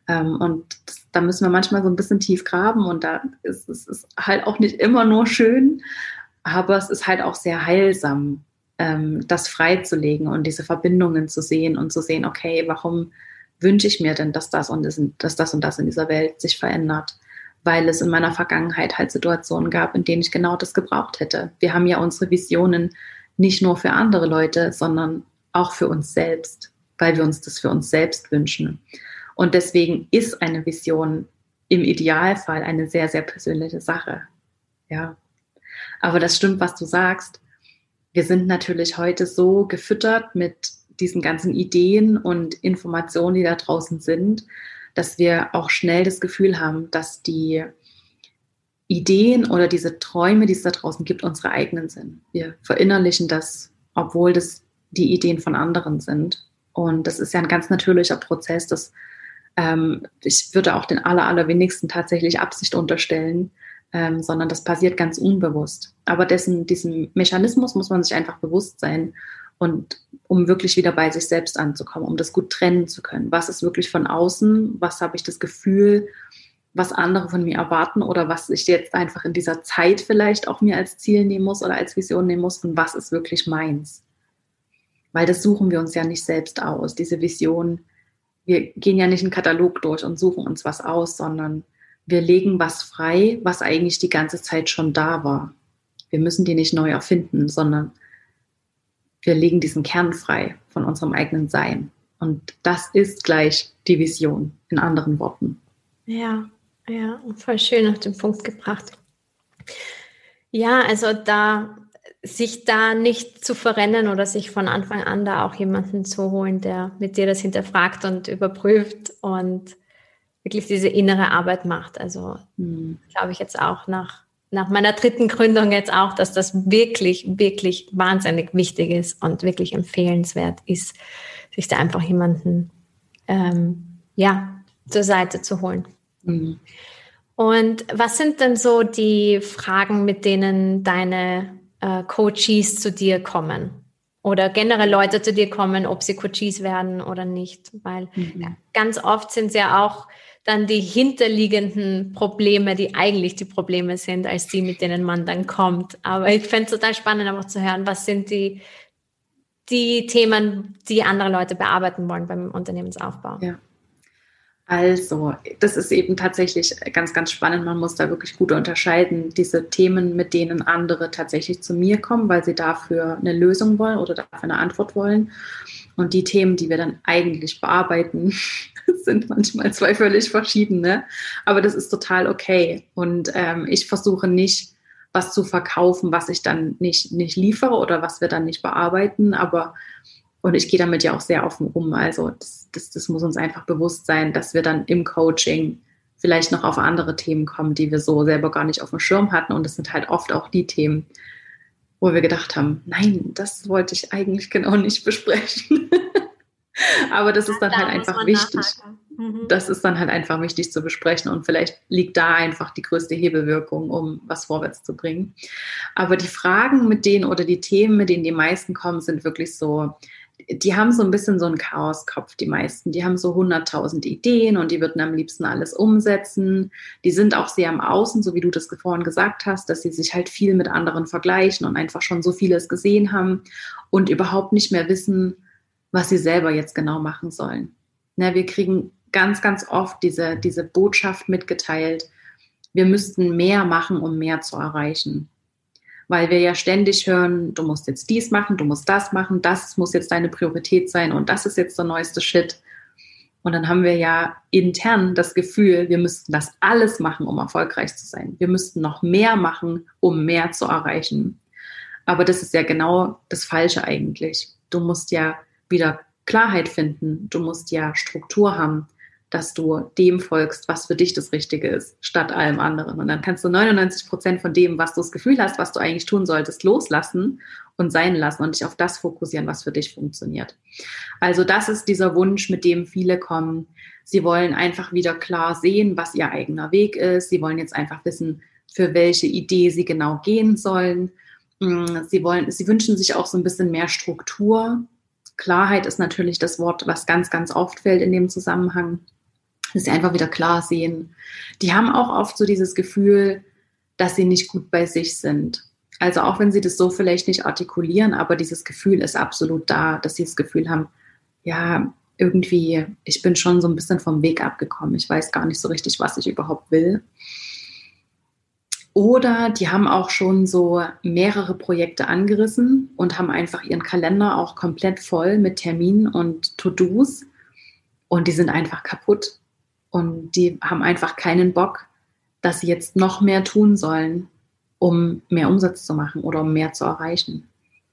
B: Und das, da müssen wir manchmal so ein bisschen tief graben und da ist es ist halt auch nicht immer nur schön, aber es ist halt auch sehr heilsam, das freizulegen und diese Verbindungen zu sehen und zu sehen, okay, warum wünsche ich mir denn, dass das und das, dass das und das in dieser Welt sich verändert? Weil es in meiner Vergangenheit halt Situationen gab, in denen ich genau das gebraucht hätte. Wir haben ja unsere Visionen nicht nur für andere Leute, sondern auch für uns selbst, weil wir uns das für uns selbst wünschen. Und deswegen ist eine Vision im Idealfall eine sehr, sehr persönliche Sache. Ja. Aber das stimmt, was du sagst. Wir sind natürlich heute so gefüttert mit diesen ganzen Ideen und Informationen, die da draußen sind, dass wir auch schnell das Gefühl haben, dass die Ideen oder diese Träume, die es da draußen gibt, unsere eigenen sind. Wir verinnerlichen das, obwohl das die Ideen von anderen sind. Und das ist ja ein ganz natürlicher Prozess, das Ähm, ich würde auch den aller, allerwenigsten tatsächlich Absicht unterstellen, ähm, sondern das passiert ganz unbewusst. Aber dessen, diesem Mechanismus muss man sich einfach bewusst sein Und um wirklich wieder bei sich selbst anzukommen, um das gut trennen zu können. Was ist wirklich von außen? Was habe ich das Gefühl, was andere von mir erwarten oder was ich jetzt einfach in dieser Zeit vielleicht auch mir als Ziel nehmen muss oder als Vision nehmen muss und was ist wirklich meins? Weil das suchen wir uns ja nicht selbst aus, diese Vision. Wir gehen ja nicht einen Katalog durch und suchen uns was aus, sondern wir legen was frei, was eigentlich die ganze Zeit schon da war. Wir müssen die nicht neu erfinden, sondern wir legen diesen Kern frei von unserem eigenen Sein. Und das ist gleich die Vision, in anderen Worten.
A: Ja, ja, voll schön auf den Punkt gebracht. Ja, also da sich da nicht zu verrennen oder sich von Anfang an da auch jemanden zu holen, der mit dir das hinterfragt und überprüft und wirklich diese innere Arbeit macht. Also hm. glaube ich jetzt auch nach nach meiner dritten Gründung jetzt auch, dass das wirklich, wirklich wahnsinnig wichtig ist und wirklich empfehlenswert ist, sich da einfach jemanden ähm, ja, zur Seite zu holen. Mhm. Und was sind denn so die Fragen, mit denen deine äh, Coaches zu dir kommen? Oder generell Leute zu dir kommen, ob sie Coaches werden oder nicht? Weil mhm. ja, ganz oft sind es ja auch dann die hinterliegenden Probleme, die eigentlich die Probleme sind, als die, mit denen man dann kommt. Aber ich fände es total spannend, einfach zu hören, was sind die, die Themen, die andere Leute bearbeiten wollen beim Unternehmensaufbau.
B: Ja. Also, das ist eben tatsächlich ganz, ganz spannend. Man muss da wirklich gut unterscheiden, diese Themen, mit denen andere tatsächlich zu mir kommen, weil sie dafür eine Lösung wollen oder dafür eine Antwort wollen. Und die Themen, die wir dann eigentlich bearbeiten, sind manchmal zwei völlig verschiedene. Aber das ist total okay. Und ähm, ich versuche nicht, was zu verkaufen, was ich dann nicht, nicht liefere oder was wir dann nicht bearbeiten. Aber und ich gehe damit ja auch sehr offen um. Also das, das, das muss uns einfach bewusst sein, dass wir dann im Coaching vielleicht noch auf andere Themen kommen, die wir so selber gar nicht auf dem Schirm hatten. Und das sind halt oft auch die Themen, wo wir gedacht haben, nein, das wollte ich eigentlich genau nicht besprechen. Aber das ist dann halt einfach wichtig. Mhm. Das ist dann halt einfach wichtig zu besprechen und vielleicht liegt da einfach die größte Hebelwirkung, um was vorwärts zu bringen. Aber die Fragen mit denen oder die Themen, mit denen die meisten kommen, sind wirklich so, die haben so ein bisschen so einen Chaoskopf, die meisten. Die haben so hunderttausend Ideen und die würden am liebsten alles umsetzen. Die sind auch sehr am Außen, so wie du das vorhin gesagt hast, dass sie sich halt viel mit anderen vergleichen und einfach schon so vieles gesehen haben und überhaupt nicht mehr wissen, was sie selber jetzt genau machen sollen. Na, wir kriegen ganz, ganz oft diese, diese Botschaft mitgeteilt, wir müssten mehr machen, um mehr zu erreichen. Weil wir ja ständig hören, du musst jetzt dies machen, du musst das machen, das muss jetzt deine Priorität sein und das ist jetzt der neueste Shit. Und dann haben wir ja intern das Gefühl, wir müssten das alles machen, um erfolgreich zu sein. Wir müssten noch mehr machen, um mehr zu erreichen. Aber das ist ja genau das Falsche eigentlich. Du musst ja wieder Klarheit finden. Du musst ja Struktur haben, dass du dem folgst, was für dich das Richtige ist, statt allem anderen. Und dann kannst du neunundneunzig Prozent von dem, was du das Gefühl hast, was du eigentlich tun solltest, loslassen und sein lassen und dich auf das fokussieren, was für dich funktioniert. Also das ist dieser Wunsch, mit dem viele kommen. Sie wollen einfach wieder klar sehen, was ihr eigener Weg ist. Sie wollen jetzt einfach wissen, für welche Idee sie genau gehen sollen. Sie wollen, sie wünschen sich auch so ein bisschen mehr Struktur. Klarheit ist natürlich das Wort, was ganz, ganz oft fällt in dem Zusammenhang, dass sie einfach wieder klar sehen. Die haben auch oft so dieses Gefühl, dass sie nicht gut bei sich sind. Also auch wenn sie das so vielleicht nicht artikulieren, aber dieses Gefühl ist absolut da, dass sie das Gefühl haben, ja, irgendwie, ich bin schon so ein bisschen vom Weg abgekommen. Ich weiß gar nicht so richtig, was ich überhaupt will. Oder die haben auch schon so mehrere Projekte angerissen und haben einfach ihren Kalender auch komplett voll mit Terminen und To-Dos und die sind einfach kaputt und die haben einfach keinen Bock, dass sie jetzt noch mehr tun sollen, um mehr Umsatz zu machen oder um mehr zu erreichen.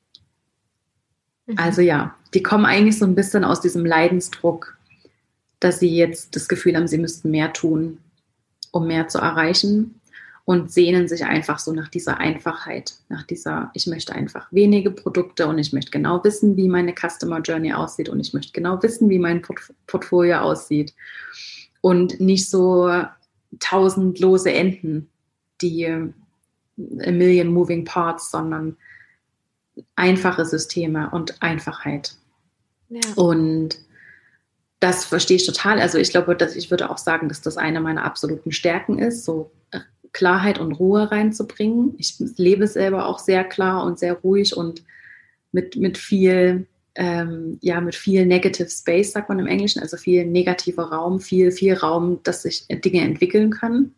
B: Mhm. Also ja, die kommen eigentlich so ein bisschen aus diesem Leidensdruck, dass sie jetzt das Gefühl haben, sie müssten mehr tun, um mehr zu erreichen. Und sehnen sich einfach so nach dieser Einfachheit, nach dieser, ich möchte einfach wenige Produkte und ich möchte genau wissen, wie meine Customer Journey aussieht und ich möchte genau wissen, wie mein Port- Portfolio aussieht. Und nicht so tausend lose Enden, die a million moving parts, sondern einfache Systeme und Einfachheit.
A: Ja.
B: Und das verstehe ich total. Also ich glaube, dass ich würde auch sagen, dass das eine meiner absoluten Stärken ist, so Klarheit und Ruhe reinzubringen. Ich lebe selber auch sehr klar und sehr ruhig und mit, mit viel, ähm, ja, mit viel Negative Space, sagt man im Englischen, also viel negativer Raum, viel, viel Raum, dass sich Dinge entwickeln können.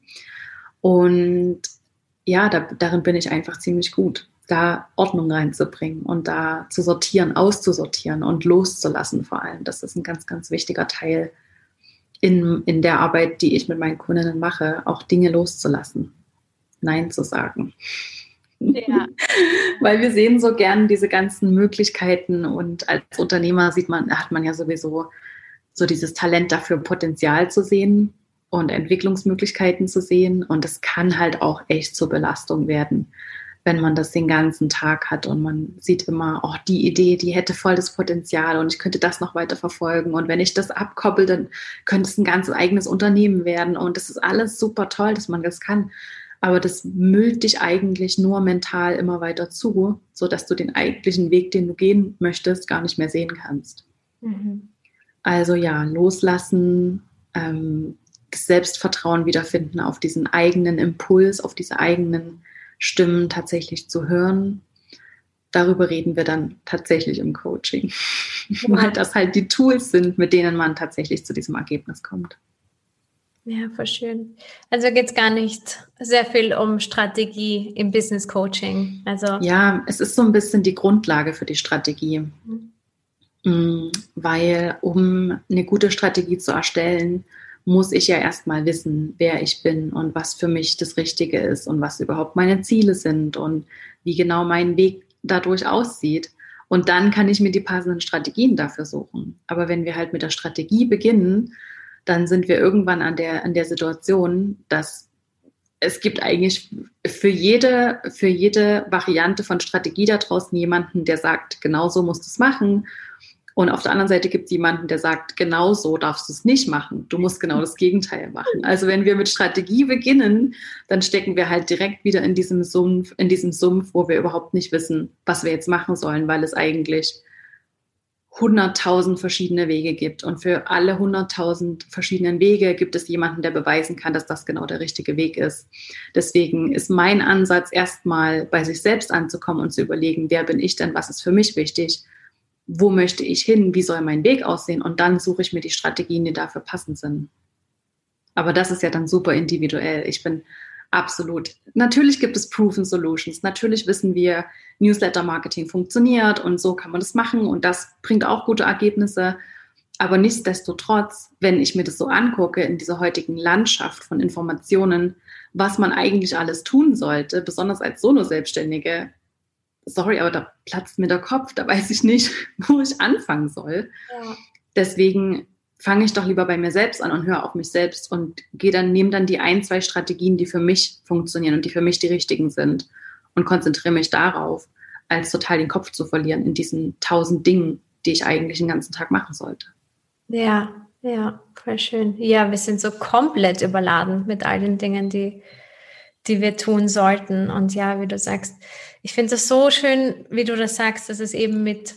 B: Und ja, da, darin bin ich einfach ziemlich gut, da Ordnung reinzubringen und da zu sortieren, auszusortieren und loszulassen vor allem. Das ist ein ganz, ganz wichtiger Teil in, in der Arbeit, die ich mit meinen Kundinnen mache, auch Dinge loszulassen, Nein zu sagen. Ja. Weil wir sehen so gern diese ganzen Möglichkeiten und als Unternehmer sieht man, hat man ja sowieso so dieses Talent dafür, Potenzial zu sehen und Entwicklungsmöglichkeiten zu sehen. Und das kann halt auch echt zur Belastung werden, wenn man das den ganzen Tag hat und man sieht immer, oh, die Idee, die hätte voll das Potenzial und ich könnte das noch weiter verfolgen. Und wenn ich das abkoppel, dann könnte es ein ganz eigenes Unternehmen werden. Und das ist alles super toll, dass man das kann. Aber das müllt dich eigentlich nur mental immer weiter zu, sodass du den eigentlichen Weg, den du gehen möchtest, gar nicht mehr sehen kannst. Mhm. Also ja, loslassen, ähm, Selbstvertrauen wiederfinden, auf diesen eigenen Impuls, auf diese eigenen Stimmen tatsächlich zu hören. Darüber reden wir dann tatsächlich im Coaching, ja. Weil das halt die Tools sind, mit denen man tatsächlich zu diesem Ergebnis kommt.
A: Ja, voll schön. Also geht es gar nicht sehr viel um Strategie im Business Coaching. Also
B: ja, es ist so ein bisschen die Grundlage für die Strategie. Mhm. Weil um eine gute Strategie zu erstellen, muss ich ja erstmal wissen, wer ich bin und was für mich das Richtige ist und was überhaupt meine Ziele sind und wie genau mein Weg dadurch aussieht. Und dann kann ich mir die passenden Strategien dafür suchen. Aber wenn wir halt mit der Strategie beginnen, dann sind wir irgendwann an der, an der Situation, dass es gibt eigentlich für jede, für jede Variante von Strategie da draußen jemanden, der sagt, genau so musst du es machen. Und auf der anderen Seite gibt es jemanden, der sagt, genau so darfst du es nicht machen. Du musst genau das Gegenteil machen. Also wenn wir mit Strategie beginnen, dann stecken wir halt direkt wieder in diesem Sumpf, in diesem Sumpf, wo wir überhaupt nicht wissen, was wir jetzt machen sollen, weil es eigentlich hunderttausend verschiedene Wege gibt. Und für alle hunderttausend verschiedenen Wege gibt es jemanden, der beweisen kann, dass das genau der richtige Weg ist. Deswegen ist mein Ansatz, erstmal bei sich selbst anzukommen und zu überlegen, wer bin ich denn, was ist für mich wichtig, wo möchte ich hin, wie soll mein Weg aussehen, und dann suche ich mir die Strategien, die dafür passend sind. Aber das ist ja dann super individuell. Ich bin absolut, natürlich gibt es Proven Solutions, natürlich wissen wir, Newsletter-Marketing funktioniert und so kann man das machen und das bringt auch gute Ergebnisse. Aber nichtsdestotrotz, wenn ich mir das so angucke in dieser heutigen Landschaft von Informationen, was man eigentlich alles tun sollte, besonders als Solo-Selbstständige, sorry, aber da platzt mir der Kopf, da weiß ich nicht, wo ich anfangen soll. Ja. Deswegen fange ich doch lieber bei mir selbst an und höre auf mich selbst und gehe dann, nehme dann die ein, zwei Strategien, die für mich funktionieren und die für mich die richtigen sind und konzentriere mich darauf, als total den Kopf zu verlieren in diesen tausend Dingen, die ich eigentlich den ganzen Tag machen sollte.
A: Ja, ja, voll schön. Ja, wir sind so komplett überladen mit all den Dingen, die, die wir tun sollten. Und ja, wie du sagst, ich finde es so schön, wie du das sagst, dass es eben mit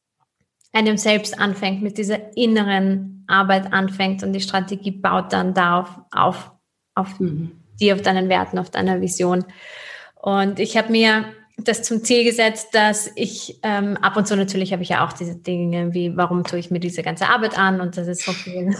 A: einem selbst anfängt, mit dieser inneren Arbeit anfängt und die Strategie baut dann darauf auf, auf mhm. die, auf deinen Werten, auf deiner Vision. Und ich habe mir das zum Ziel gesetzt, dass ich ähm, ab und zu natürlich habe ich ja auch diese Dinge wie, warum tue ich mir diese ganze Arbeit an und das ist so viel.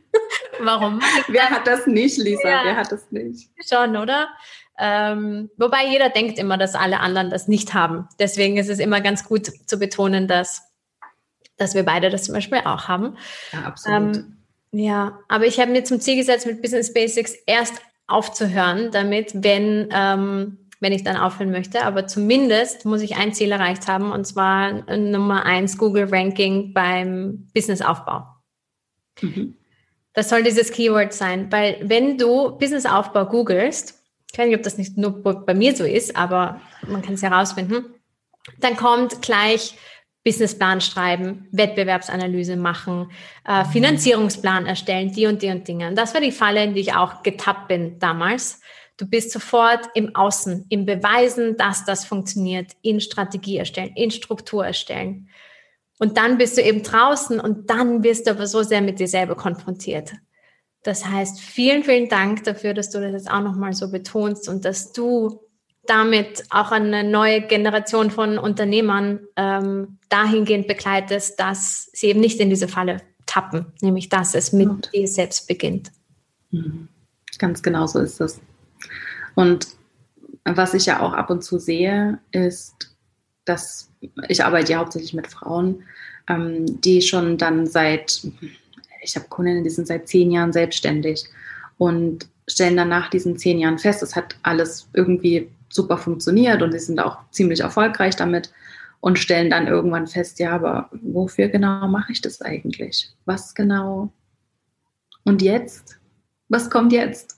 A: Warum?
B: Wer hat das nicht, Lisa? Ja, wer hat das nicht?
A: Schon, oder? Ähm, wobei jeder denkt immer, dass alle anderen das nicht haben. Deswegen ist es immer ganz gut zu betonen, dass, dass wir beide das zum Beispiel auch haben.
B: Ja, absolut.
A: Ähm, ja, aber ich habe mir zum Ziel gesetzt, mit Business Basics erst aufzuhören, damit, wenn, ähm, wenn ich dann aufhören möchte, aber zumindest muss ich ein Ziel erreicht haben, und zwar Nummer eins Google Ranking beim Businessaufbau. Mhm. Das soll dieses Keyword sein, weil wenn du Businessaufbau googelst, ich weiß nicht, ob das nicht nur bei mir so ist, aber man kann es herausfinden, dann kommt gleich Businessplan schreiben, Wettbewerbsanalyse machen, äh, Finanzierungsplan erstellen, die und die und Dinge. Und das war die Falle, in die ich auch getappt bin damals. Du bist sofort im Außen, im Beweisen, dass das funktioniert, in Strategie erstellen, in Struktur erstellen. Und dann bist du eben draußen und dann wirst du aber so sehr mit dir selber konfrontiert. Das heißt, vielen, vielen Dank dafür, dass du das jetzt auch nochmal so betonst und dass du damit auch eine neue Generation von Unternehmern ähm, dahingehend begleitest, dass sie eben nicht in diese Falle tappen, nämlich dass es mit
B: Und,
A: dir selbst beginnt.
B: Ganz genau so ist es. Und was ich ja auch ab und zu sehe, ist, dass ich arbeite ja hauptsächlich mit Frauen, ähm, die schon dann seit, ich habe Kundinnen, die sind seit zehn Jahren selbstständig und stellen dann nach diesen zehn Jahren fest, es hat alles irgendwie super funktioniert und sie sind auch ziemlich erfolgreich damit und stellen dann irgendwann fest, ja, aber wofür genau mache ich das eigentlich? Was genau? Und jetzt? Was kommt jetzt?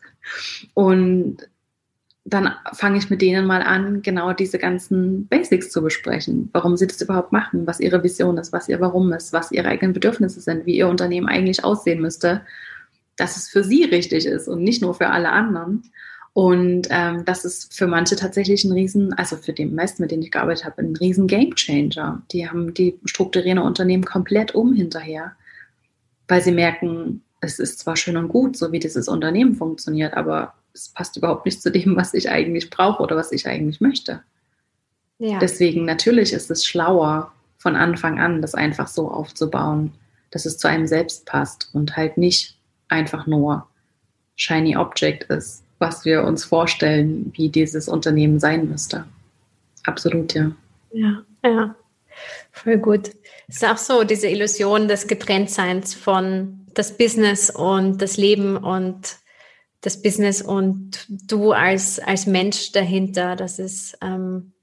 B: Und dann fange ich mit denen mal an, genau diese ganzen Basics zu besprechen. Warum sie das überhaupt machen, was ihre Vision ist, was ihr Warum ist, was ihre eigenen Bedürfnisse sind, wie ihr Unternehmen eigentlich aussehen müsste, dass es für sie richtig ist und nicht nur für alle anderen. Und ähm, das ist für manche tatsächlich ein riesen, also für die meisten, mit denen ich gearbeitet habe, ein riesen Gamechanger. Die haben, die strukturieren ihr Unternehmen komplett um hinterher, weil sie merken, es ist zwar schön und gut, so wie dieses Unternehmen funktioniert, aber es passt überhaupt nicht zu dem, was ich eigentlich brauche oder was ich eigentlich möchte. Ja. Deswegen natürlich ist es schlauer, von Anfang an das einfach so aufzubauen, dass es zu einem selbst passt und halt nicht einfach nur Shiny Object ist, was wir uns vorstellen, wie dieses Unternehmen sein müsste. Absolut, ja.
A: Ja, ja. Voll gut. Es ist auch so diese Illusion des Getrenntseins von das Business und das Leben und das Business und du als, als Mensch dahinter. Das ist, ähm,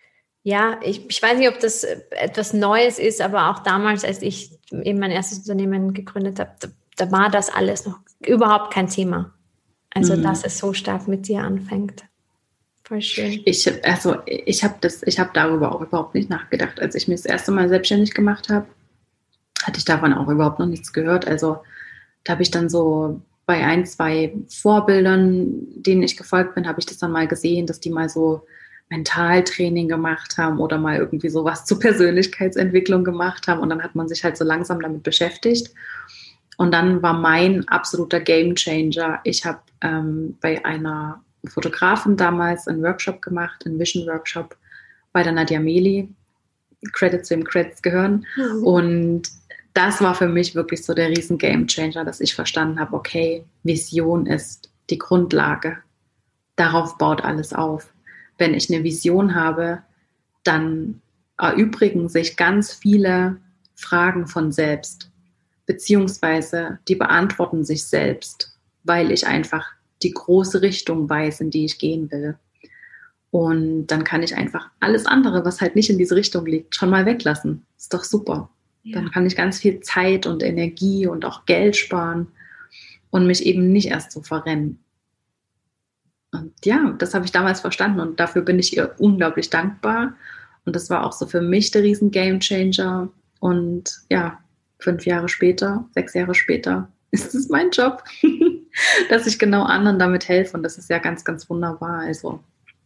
A: ja, ich, ich weiß nicht, ob das etwas Neues ist, aber auch damals, als ich eben mein erstes Unternehmen gegründet habe, da, da war das alles noch überhaupt kein Thema. Also, mhm. dass es so stark mit dir anfängt. Voll schön.
B: Ich, also, ich habe das, ich habe darüber auch überhaupt nicht nachgedacht. Als ich mich das erste Mal selbstständig gemacht habe, hatte ich davon auch überhaupt noch nichts gehört. Also, da habe ich dann so bei ein, zwei Vorbildern, denen ich gefolgt bin, habe ich das dann mal gesehen, dass die mal so Mentaltraining gemacht haben oder mal irgendwie sowas zur Persönlichkeitsentwicklung gemacht haben. Und dann hat man sich halt so langsam damit beschäftigt. Und dann war mein absoluter Gamechanger. Ich habe ähm, bei einer Fotografin damals einen Workshop gemacht, einen Vision-Workshop bei der Nadia Meli. Credits wem Credits gehören. Mhm. Und das war für mich wirklich so der riesen Gamechanger, dass ich verstanden habe, okay, Vision ist die Grundlage. Darauf baut alles auf. Wenn ich eine Vision habe, dann erübrigen sich ganz viele Fragen von selbst, beziehungsweise die beantworten sich selbst, weil ich einfach die große Richtung weiß, in die ich gehen will. Und dann kann ich einfach alles andere, was halt nicht in diese Richtung liegt, schon mal weglassen. Ist doch super. Ja. Dann kann ich ganz viel Zeit und Energie und auch Geld sparen und mich eben nicht erst so verrennen. Und ja, das habe ich damals verstanden und dafür bin ich ihr unglaublich dankbar. Und das war auch so für mich der riesen Gamechanger. Und ja, fünf Jahre später, sechs Jahre später ist es mein Job, dass ich genau anderen damit helfe. Und das ist ja ganz, ganz wunderbar. Also,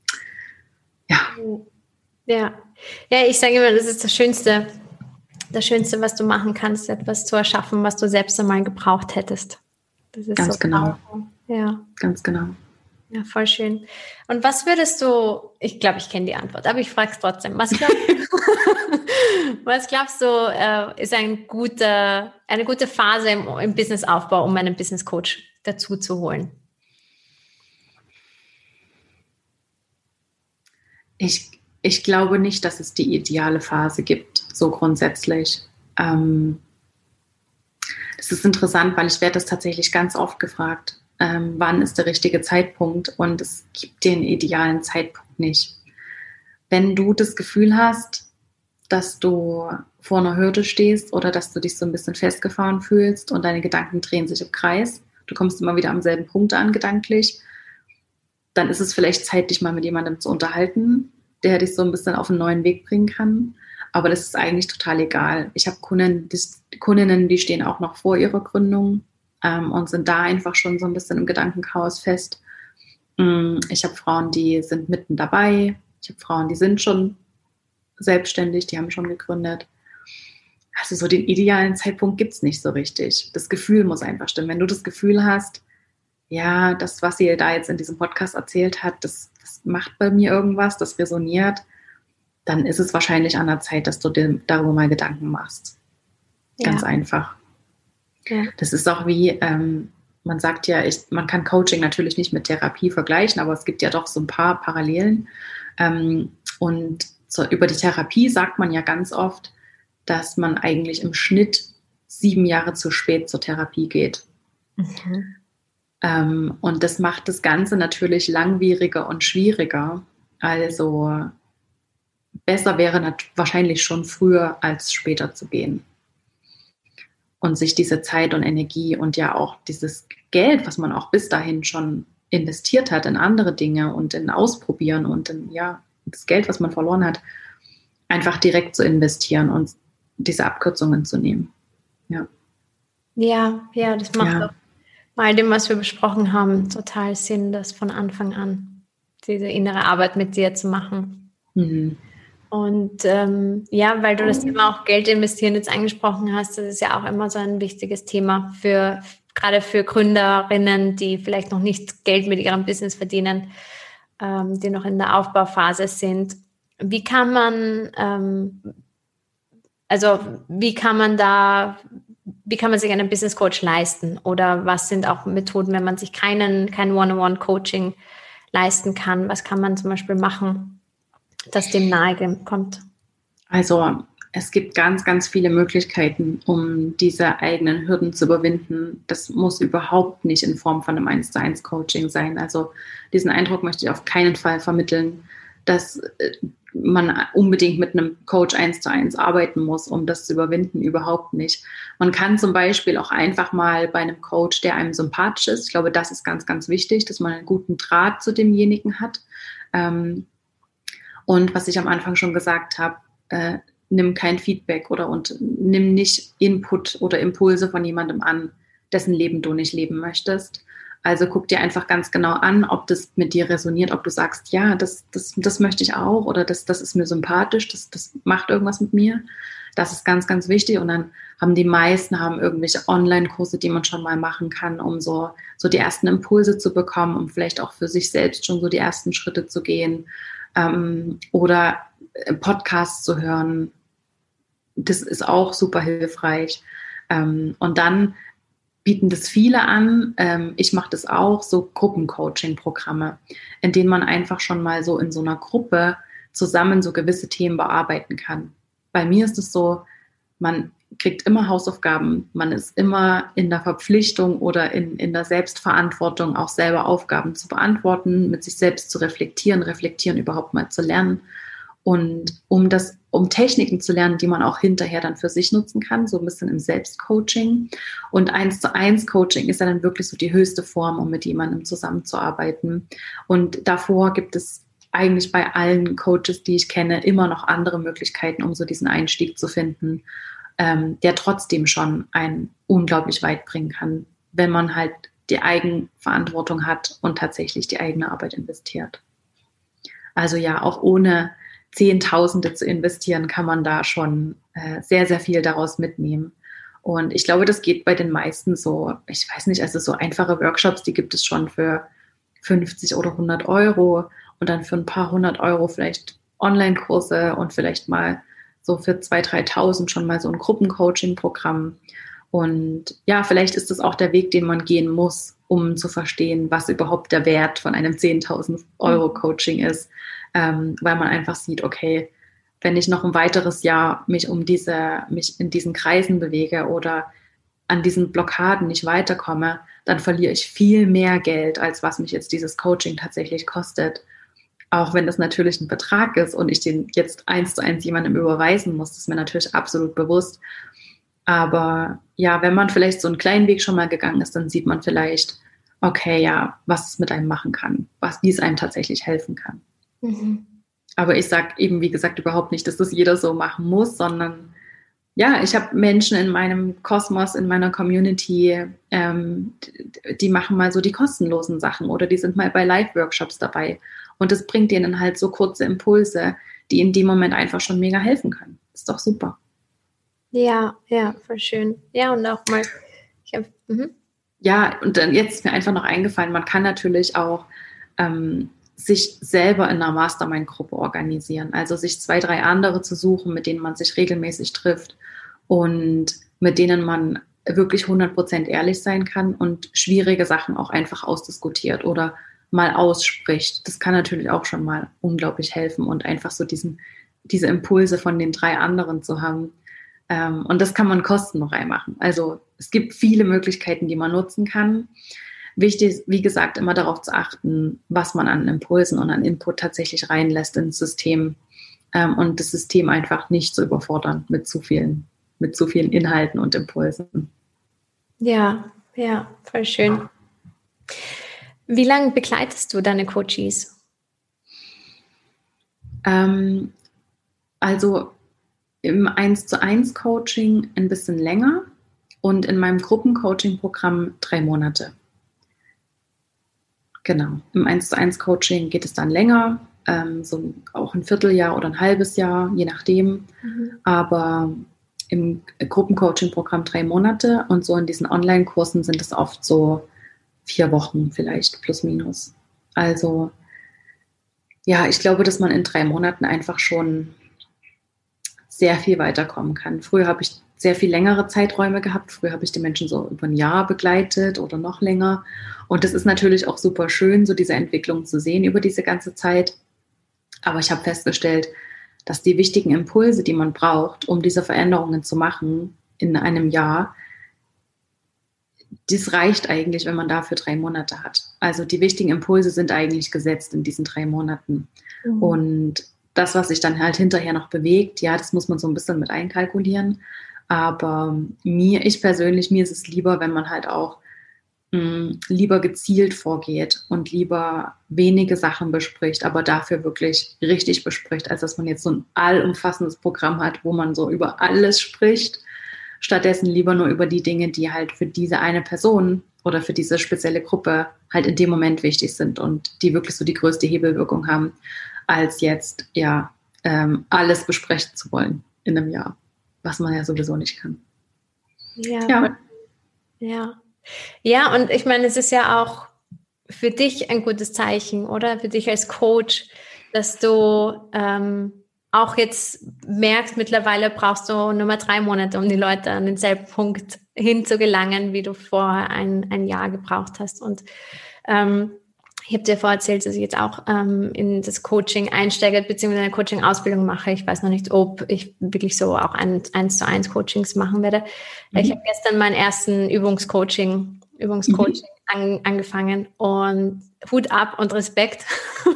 B: ja.
A: Ja, ja, ich sage immer, das ist das Schönste, das Schönste, was du machen kannst, etwas zu erschaffen, was du selbst einmal gebraucht hättest. Das ist
B: ganz
A: so
B: genau.
A: Powerful. Ja.
B: Ganz genau.
A: Ja, voll schön. Und was würdest du, ich glaube, ich kenne die Antwort, aber ich frage es trotzdem. Was glaubst du, was glaubst du äh, ist ein guter, eine gute Phase im, im Businessaufbau, um einen Business Coach dazu zu holen?
B: Ich, ich glaube nicht, dass es die ideale Phase gibt, so grundsätzlich. Ähm, das ist interessant, weil ich werde das tatsächlich ganz oft gefragt. Ähm, wann ist der richtige Zeitpunkt? Und es gibt den idealen Zeitpunkt nicht. Wenn du das Gefühl hast, dass du vor einer Hürde stehst oder dass du dich so ein bisschen festgefahren fühlst und deine Gedanken drehen sich im Kreis, du kommst immer wieder am selben Punkt an gedanklich, dann ist es vielleicht Zeit, dich mal mit jemandem zu unterhalten, der dich so ein bisschen auf einen neuen Weg bringen kann. Aber das ist eigentlich total egal. Ich habe Kunden, die, Kundinnen, die stehen auch noch vor ihrer Gründung, und sind da einfach schon so ein bisschen im Gedankenchaos fest. Ich habe Frauen, die sind mitten dabei. Ich habe Frauen, die sind schon selbstständig, die haben schon gegründet. Also so den idealen Zeitpunkt gibt es nicht so richtig. Das Gefühl muss einfach stimmen. Wenn du das Gefühl hast, ja, das, was sie da jetzt in diesem Podcast erzählt hat, das, das macht bei mir irgendwas, das resoniert, dann ist es wahrscheinlich an der Zeit, dass du dir darüber mal Gedanken machst. Ganz ja. einfach. Ja. Das ist auch wie, ähm, man sagt ja, ich, man kann Coaching natürlich nicht mit Therapie vergleichen, aber es gibt ja doch so ein paar Parallelen. Ähm, und so, über die Therapie sagt man ja ganz oft, dass man eigentlich im Schnitt sieben Jahre zu spät zur Therapie geht. Mhm. Ähm, und das macht das Ganze natürlich langwieriger und schwieriger. Also besser wäre nat- wahrscheinlich schon früher als später zu gehen. Und sich diese Zeit und Energie und ja auch dieses Geld, was man auch bis dahin schon investiert hat in andere Dinge und in Ausprobieren und in ja, das Geld, was man verloren hat, einfach direkt zu investieren und diese Abkürzungen zu nehmen. Ja,
A: ja, ja das macht
B: ja.
A: auch bei all dem, was wir besprochen haben, total Sinn, das von Anfang an, diese innere Arbeit mit dir zu machen.
B: Mhm.
A: Und ähm, ja, weil du das Thema auch Geld investieren jetzt angesprochen hast, das ist ja auch immer so ein wichtiges Thema für, gerade für Gründerinnen, die vielleicht noch nicht Geld mit ihrem Business verdienen, ähm, die noch in der Aufbauphase sind. Wie kann man, ähm, also wie kann man da, wie kann man sich einen Business Coach leisten? Oder was sind auch Methoden, wenn man sich keinen, kein One-on-One-Coaching leisten kann? Was kann man zum Beispiel machen, das dem nahe kommt?
B: Also es gibt ganz, ganz viele Möglichkeiten, um diese eigenen Hürden zu überwinden. Das muss überhaupt nicht in Form von einem eins zu eins Coaching sein. Also diesen Eindruck möchte ich auf keinen Fall vermitteln, dass man unbedingt mit einem Coach eins zu eins arbeiten muss, um das zu überwinden. Überhaupt nicht. Man kann zum Beispiel auch einfach mal bei einem Coach, der einem sympathisch ist, ich glaube, das ist ganz, ganz wichtig, dass man einen guten Draht zu demjenigen hat. Ähm, Und was ich am Anfang schon gesagt habe, äh, nimm kein Feedback oder und nimm nicht Input oder Impulse von jemandem an, dessen Leben du nicht leben möchtest. Also guck dir einfach ganz genau an, ob das mit dir resoniert, ob du sagst, ja, das, das, das möchte ich auch oder das, das ist mir sympathisch, das, das macht irgendwas mit mir. Das ist ganz, ganz wichtig. Und dann haben die meisten haben irgendwelche Online-Kurse, die man schon mal machen kann, um so, so die ersten Impulse zu bekommen, um vielleicht auch für sich selbst schon so die ersten Schritte zu gehen. Ähm, oder Podcasts zu hören, das ist auch super hilfreich. Ähm, und dann bieten das viele an, ähm, ich mache das auch, so Gruppencoaching-Programme, in denen man einfach schon mal so in so einer Gruppe zusammen so gewisse Themen bearbeiten kann. Bei mir ist es so, man kriegt immer Hausaufgaben, man ist immer in der Verpflichtung oder in, in der Selbstverantwortung, auch selber Aufgaben zu beantworten, mit sich selbst zu reflektieren, reflektieren überhaupt mal zu lernen. Und um das, um Techniken zu lernen, die man auch hinterher dann für sich nutzen kann, so ein bisschen im Selbstcoaching. Und eins zu eins Coaching ist ja dann wirklich so die höchste Form, um mit jemandem zusammenzuarbeiten. Und davor gibt es eigentlich bei allen Coaches, die ich kenne, immer noch andere Möglichkeiten, um so diesen Einstieg zu finden, ähm, der trotzdem schon einen unglaublich weit bringen kann, wenn man halt die Eigenverantwortung hat und tatsächlich die eigene Arbeit investiert. Also ja, auch ohne Zehntausende zu investieren, kann man da schon äh, sehr, sehr viel daraus mitnehmen. Und ich glaube, das geht bei den meisten so, ich weiß nicht, also so einfache Workshops, die gibt es schon für fünfzig oder hundert Euro und dann für ein paar hundert Euro vielleicht Online-Kurse und vielleicht mal so für zweitausend, dreitausend schon mal so ein Gruppencoaching-Programm. Und ja, vielleicht ist das auch der Weg, den man gehen muss, um zu verstehen, was überhaupt der Wert von einem zehntausend Euro Coaching ist, ähm, weil man einfach sieht, okay, wenn ich noch ein weiteres Jahr mich um diese, mich in diesen Kreisen bewege oder an diesen Blockaden nicht weiterkomme, dann verliere ich viel mehr Geld, als was mich jetzt dieses Coaching tatsächlich kostet. Auch wenn das natürlich ein Betrag ist und ich den jetzt eins zu eins jemandem überweisen muss, ist mir natürlich absolut bewusst. Aber ja, wenn man vielleicht so einen kleinen Weg schon mal gegangen ist, dann sieht man vielleicht, okay, ja, was es mit einem machen kann, was, wie es einem tatsächlich helfen kann. Mhm. Aber ich sage eben, wie gesagt, überhaupt nicht, dass das jeder so machen muss, sondern Ja, ich habe Menschen in meinem Kosmos, in meiner Community, ähm, die machen mal so die kostenlosen Sachen oder die sind mal bei Live-Workshops dabei. Und das bringt denen halt so kurze Impulse, die in dem Moment einfach schon mega helfen können. Ist doch super.
A: Ja, ja, voll schön. Ja, und auch mal, ich hab, mhm.
B: Ja, und dann jetzt ist mir einfach noch eingefallen, man kann natürlich auch ähm, sich selber in einer Mastermind-Gruppe organisieren. Also sich zwei, drei andere zu suchen, mit denen man sich regelmäßig trifft und mit denen man wirklich hundert Prozent ehrlich sein kann und schwierige Sachen auch einfach ausdiskutiert oder mal ausspricht. Das kann natürlich auch schon mal unglaublich helfen und einfach so diesen, diese Impulse von den drei anderen zu haben. Ähm, und das kann man kostenfrei machen. Also es gibt viele Möglichkeiten, die man nutzen kann. Wichtig ist, wie gesagt, immer darauf zu achten, was man an Impulsen und an Input tatsächlich reinlässt ins System ähm, und das System einfach nicht zu überfordern mit zu vielen, mit zu vielen Inhalten und Impulsen.
A: Ja, ja, voll schön. Wie lange begleitest du deine Coaches?
B: Ähm, also im eins zu eins Coaching ein bisschen länger und in meinem Gruppencoaching-Programm drei Monate. Genau. Im eins zu eins Coaching geht es dann länger, ähm, so auch ein Vierteljahr oder ein halbes Jahr, je nachdem. Mhm. Aber im Gruppencoaching-Programm drei Monate und so in diesen Online-Kursen sind es oft so vier Wochen vielleicht, plus minus. Also ja, ich glaube, dass man in drei Monaten einfach schon sehr viel weiterkommen kann. Früher habe ich sehr viel längere Zeiträume gehabt. Früher habe ich die Menschen so über ein Jahr begleitet oder noch länger. Und das ist natürlich auch super schön, so diese Entwicklung zu sehen über diese ganze Zeit. Aber ich habe festgestellt, dass die wichtigen Impulse, die man braucht, um diese Veränderungen zu machen in einem Jahr, das reicht eigentlich, wenn man dafür drei Monate hat. Also die wichtigen Impulse sind eigentlich gesetzt in diesen drei Monaten. Mhm. Und das, was sich dann halt hinterher noch bewegt, ja, das muss man so ein bisschen mit einkalkulieren. Aber mir, ich persönlich, mir ist es lieber, wenn man halt auch mh, lieber gezielt vorgeht und lieber wenige Sachen bespricht, aber dafür wirklich richtig bespricht, als dass man jetzt so ein allumfassendes Programm hat, wo man so über alles spricht. Stattdessen lieber nur über die Dinge, die halt für diese eine Person oder für diese spezielle Gruppe halt in dem Moment wichtig sind und die wirklich so die größte Hebelwirkung haben, als jetzt ja ähm, alles besprechen zu wollen in einem Jahr, was man ja sowieso nicht kann.
A: Ja, ja. Ja, ja, und ich meine, es ist ja auch für dich ein gutes Zeichen, oder? Für dich als Coach, dass du ähm, auch jetzt merkst, mittlerweile brauchst du nur mal drei Monate, um die Leute an denselben Punkt hinzugelangen, wie du vorher ein, ein Jahr gebraucht hast. Und ähm, ich habe dir vorher erzählt, dass ich jetzt auch ähm, in das Coaching einsteige, beziehungsweise eine Coaching-Ausbildung mache. Ich weiß noch nicht, ob ich wirklich so auch ein, eins zu eins Coachings machen werde. Mhm. Ich habe gestern meinen ersten Übungscoaching, Übungscoaching mhm. an, angefangen und Hut ab und Respekt,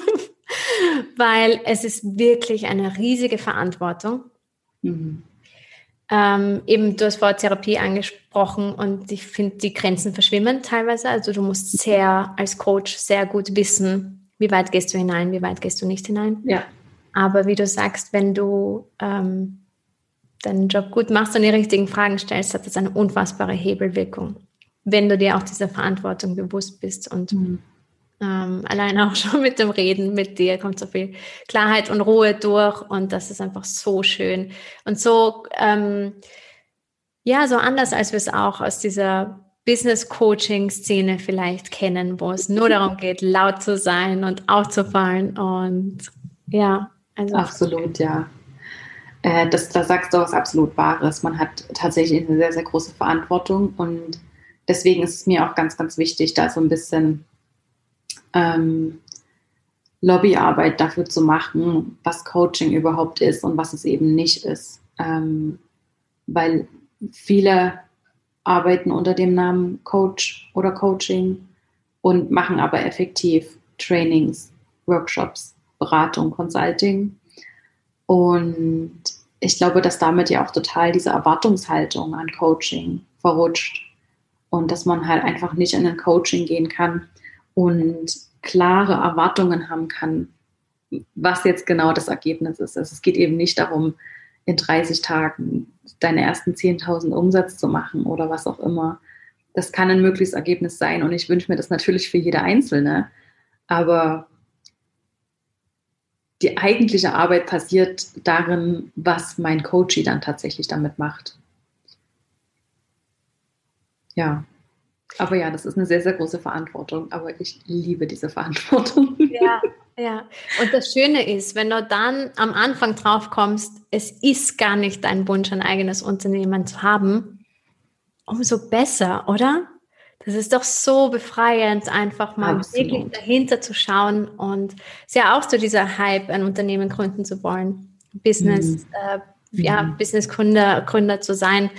A: weil es ist wirklich eine riesige Verantwortung. Mhm. Ähm, eben, du hast vorher Therapie angesprochen und ich finde, die Grenzen verschwimmen teilweise. Also du musst sehr als Coach sehr gut wissen, wie weit gehst du hinein, wie weit gehst du nicht hinein.
B: Ja.
A: Aber wie du sagst, wenn du ähm, deinen Job gut machst und die richtigen Fragen stellst, hat das eine unfassbare Hebelwirkung, wenn du dir auch dieser Verantwortung bewusst bist. Und mhm. ähm, allein auch schon mit dem Reden mit dir kommt so viel Klarheit und Ruhe durch und das ist einfach so schön. Und so, ähm, ja, so anders, als wir es auch aus dieser Business-Coaching-Szene vielleicht kennen, wo es nur darum geht, laut zu sein und aufzufallen und ja, also.
B: Absolut, ja. Äh, das, da sagst du was absolut Wahres. Man hat tatsächlich eine sehr, sehr große Verantwortung und deswegen ist es mir auch ganz, ganz wichtig, da so ein bisschen ähm, Lobbyarbeit dafür zu machen, was Coaching überhaupt ist und was es eben nicht ist. Ähm, weil viele arbeiten unter dem Namen Coach oder Coaching und machen aber effektiv Trainings, Workshops, Beratung, Consulting. Und ich glaube, dass damit ja auch total diese Erwartungshaltung an Coaching verrutscht und dass man halt einfach nicht in ein Coaching gehen kann und klare Erwartungen haben kann, was jetzt genau das Ergebnis ist. Also es geht eben nicht darum, in dreißig Tagen deine ersten zehntausend Umsatz zu machen oder was auch immer. Das kann ein mögliches Ergebnis sein und ich wünsche mir das natürlich für jede Einzelne, aber die eigentliche Arbeit passiert darin, was mein Coachie dann tatsächlich damit macht. Ja, aber ja, das ist eine sehr, sehr große Verantwortung, aber ich liebe diese Verantwortung.
A: Ja, ja. Und das Schöne ist, wenn du dann am Anfang drauf kommst, es ist gar nicht dein Wunsch, ein eigenes Unternehmen zu haben, umso besser, oder? Das ist doch so befreiend, einfach mal
B: Absolut.
A: wirklich dahinter zu schauen. Und es ist ja auch so dieser Hype, ein Unternehmen gründen zu wollen, Business, mhm. äh, ja, mhm. Business-Gründer Gründer zu sein,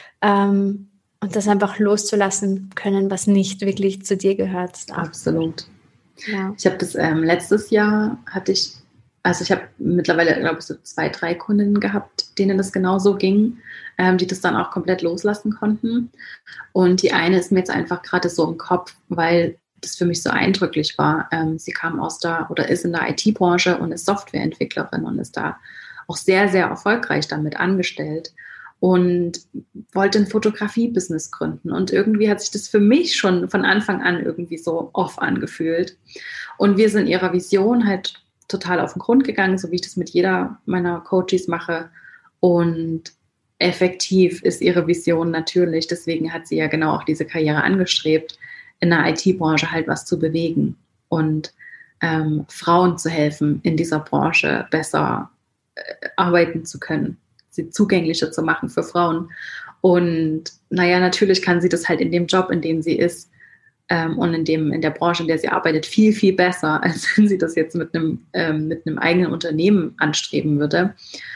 A: ähm, und das einfach loszulassen können, was nicht wirklich zu dir gehört.
B: Absolut. Ja. Ich habe das ähm, letztes Jahr hatte ich, also ich habe mittlerweile, glaube ich, so zwei, drei Kundinnen gehabt, denen das genauso ging, ähm, die das dann auch komplett loslassen konnten. Und die eine ist mir jetzt einfach gerade so im Kopf, weil das für mich so eindrücklich war. Ähm, sie kam aus der oder ist in der I T-Branche und ist Softwareentwicklerin und ist da auch sehr, sehr erfolgreich damit angestellt und wollte ein Fotografie-Business gründen. Und irgendwie hat sich das für mich schon von Anfang an irgendwie so off angefühlt. Und wir sind ihrer Vision halt total auf den Grund gegangen, so wie ich das mit jeder meiner Coaches mache. Und effektiv ist ihre Vision natürlich, deswegen hat sie ja genau auch diese Karriere angestrebt, in der I T-Branche halt was zu bewegen und ähm, Frauen zu helfen, in dieser Branche besser äh, arbeiten zu können, sie zugänglicher zu machen für Frauen. Und naja, natürlich kann sie das halt in dem Job, in dem sie ist, ähm, und in dem, in der Branche, in der sie arbeitet, viel, viel besser, als wenn sie das jetzt mit einem, ähm, mit einem eigenen Unternehmen anstreben würde.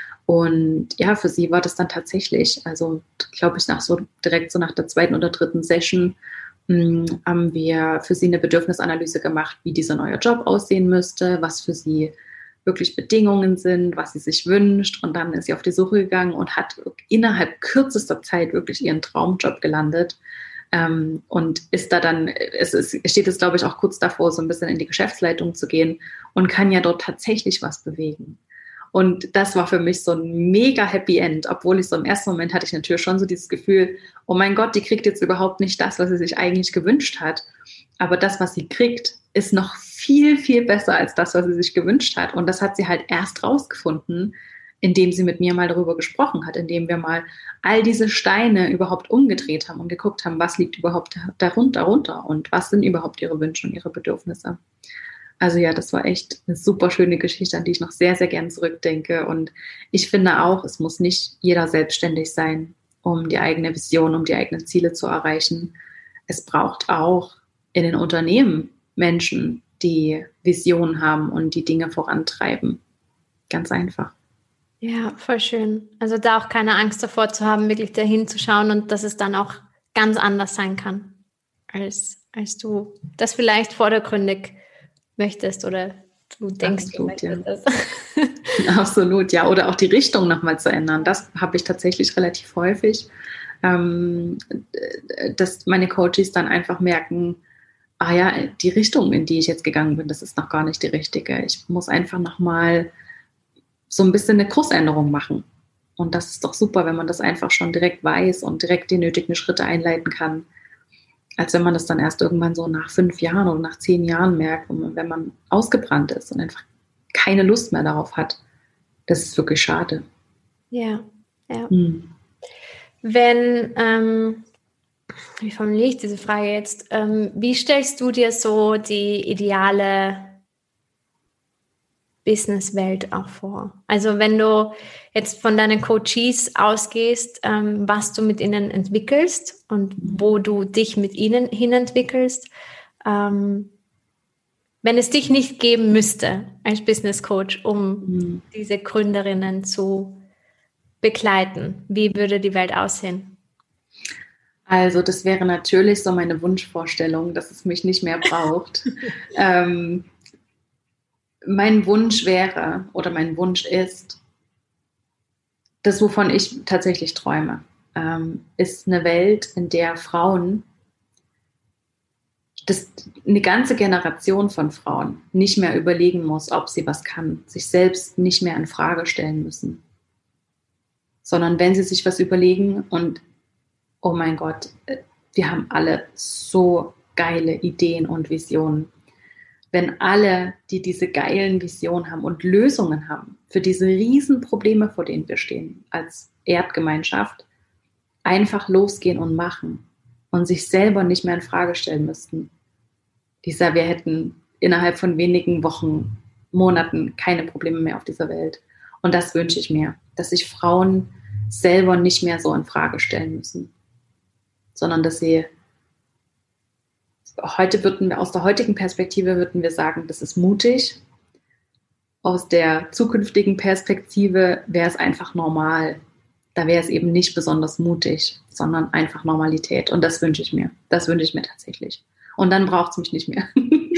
B: Und ja, für sie war das dann tatsächlich, also glaube ich, nach so direkt so nach der zweiten oder dritten Session mh, haben wir für sie eine Bedürfnisanalyse gemacht, wie dieser neue Job aussehen müsste, was für sie wirklich Bedingungen sind, was sie sich wünscht. Und dann ist sie auf die Suche gegangen und hat innerhalb kürzester Zeit wirklich ihren Traumjob gelandet. Ähm, und ist da dann, es, ist, es steht jetzt, glaube ich, auch kurz davor, so ein bisschen in die Geschäftsleitung zu gehen und kann ja dort tatsächlich was bewegen. Und das war für mich so ein mega Happy End, obwohl ich so im ersten Moment hatte ich natürlich schon so dieses Gefühl, oh mein Gott, die kriegt jetzt überhaupt nicht das, was sie sich eigentlich gewünscht hat. Aber das, was sie kriegt, ist noch viel, viel besser als das, was sie sich gewünscht hat. Und das hat sie halt erst rausgefunden, indem sie mit mir mal darüber gesprochen hat, indem wir mal all diese Steine überhaupt umgedreht haben und geguckt haben, was liegt überhaupt darunter, darunter und was sind überhaupt ihre Wünsche und ihre Bedürfnisse. Also ja, das war echt eine super schöne Geschichte, an die ich noch sehr, sehr gern zurückdenke. Und ich finde auch, es muss nicht jeder selbstständig sein, um die eigene Vision, um die eigenen Ziele zu erreichen. Es braucht auch in den Unternehmen Menschen, die Visionen haben und die Dinge vorantreiben. Ganz einfach.
A: Ja, voll schön. Also da auch keine Angst davor zu haben, wirklich dahin zu schauen und dass es dann auch ganz anders sein kann, als, als du das vielleicht vordergründig möchtest oder du denkst,
B: Absolut,
A: du möchtest
B: ja. Das. Absolut, ja. Oder auch die Richtung nochmal zu ändern. Das habe ich tatsächlich relativ häufig, ähm, dass meine Coaches dann einfach merken, ah ja, die Richtung, in die ich jetzt gegangen bin, das ist noch gar nicht die richtige. Ich muss einfach nochmal so ein bisschen eine Kursänderung machen. Und das ist doch super, wenn man das einfach schon direkt weiß und direkt die nötigen Schritte einleiten kann, als wenn man das dann erst irgendwann so nach fünf Jahren oder nach zehn Jahren merkt, und wenn man ausgebrannt ist und einfach keine Lust mehr darauf hat. Das ist wirklich schade.
A: Ja, ja.
B: Hm.
A: Wenn, ähm, wie formuliere ich diese Frage jetzt, ähm, wie stellst du dir so die ideale Businesswelt auch vor? Also wenn du jetzt von deinen Coaches ausgehst, ähm, was du mit ihnen entwickelst und wo du dich mit ihnen hinentwickelst, ähm, wenn es dich nicht geben müsste als Business Coach, um mhm. diese Gründerinnen zu begleiten, wie würde die Welt aussehen?
B: Also das wäre natürlich so meine Wunschvorstellung, dass es mich nicht mehr braucht. ähm, Mein Wunsch wäre oder mein Wunsch ist, das, wovon ich tatsächlich träume, ähm, ist eine Welt, in der Frauen, das, eine ganze Generation von Frauen nicht mehr überlegen muss, ob sie was kann, sich selbst nicht mehr in Frage stellen müssen. sondern wenn sie sich was überlegen und, oh mein Gott, wir haben alle so geile Ideen und Visionen. Wenn alle, die diese geilen Visionen haben und Lösungen haben für diese riesen Probleme, vor denen wir stehen als Erdgemeinschaft, einfach losgehen und machen und sich selber nicht mehr in Frage stellen müssten. Dieser, wir hätten innerhalb von wenigen Wochen, Monaten keine Probleme mehr auf dieser Welt. Und das wünsche ich mir, dass sich Frauen selber nicht mehr so in Frage stellen müssen, sondern dass sie heute würden wir, aus der heutigen Perspektive würden wir sagen, das ist mutig. Aus der zukünftigen Perspektive wäre es einfach normal. Da wäre es eben nicht besonders mutig, sondern einfach Normalität. Und das wünsche ich mir. Das wünsche ich mir tatsächlich. Und dann braucht es mich nicht mehr.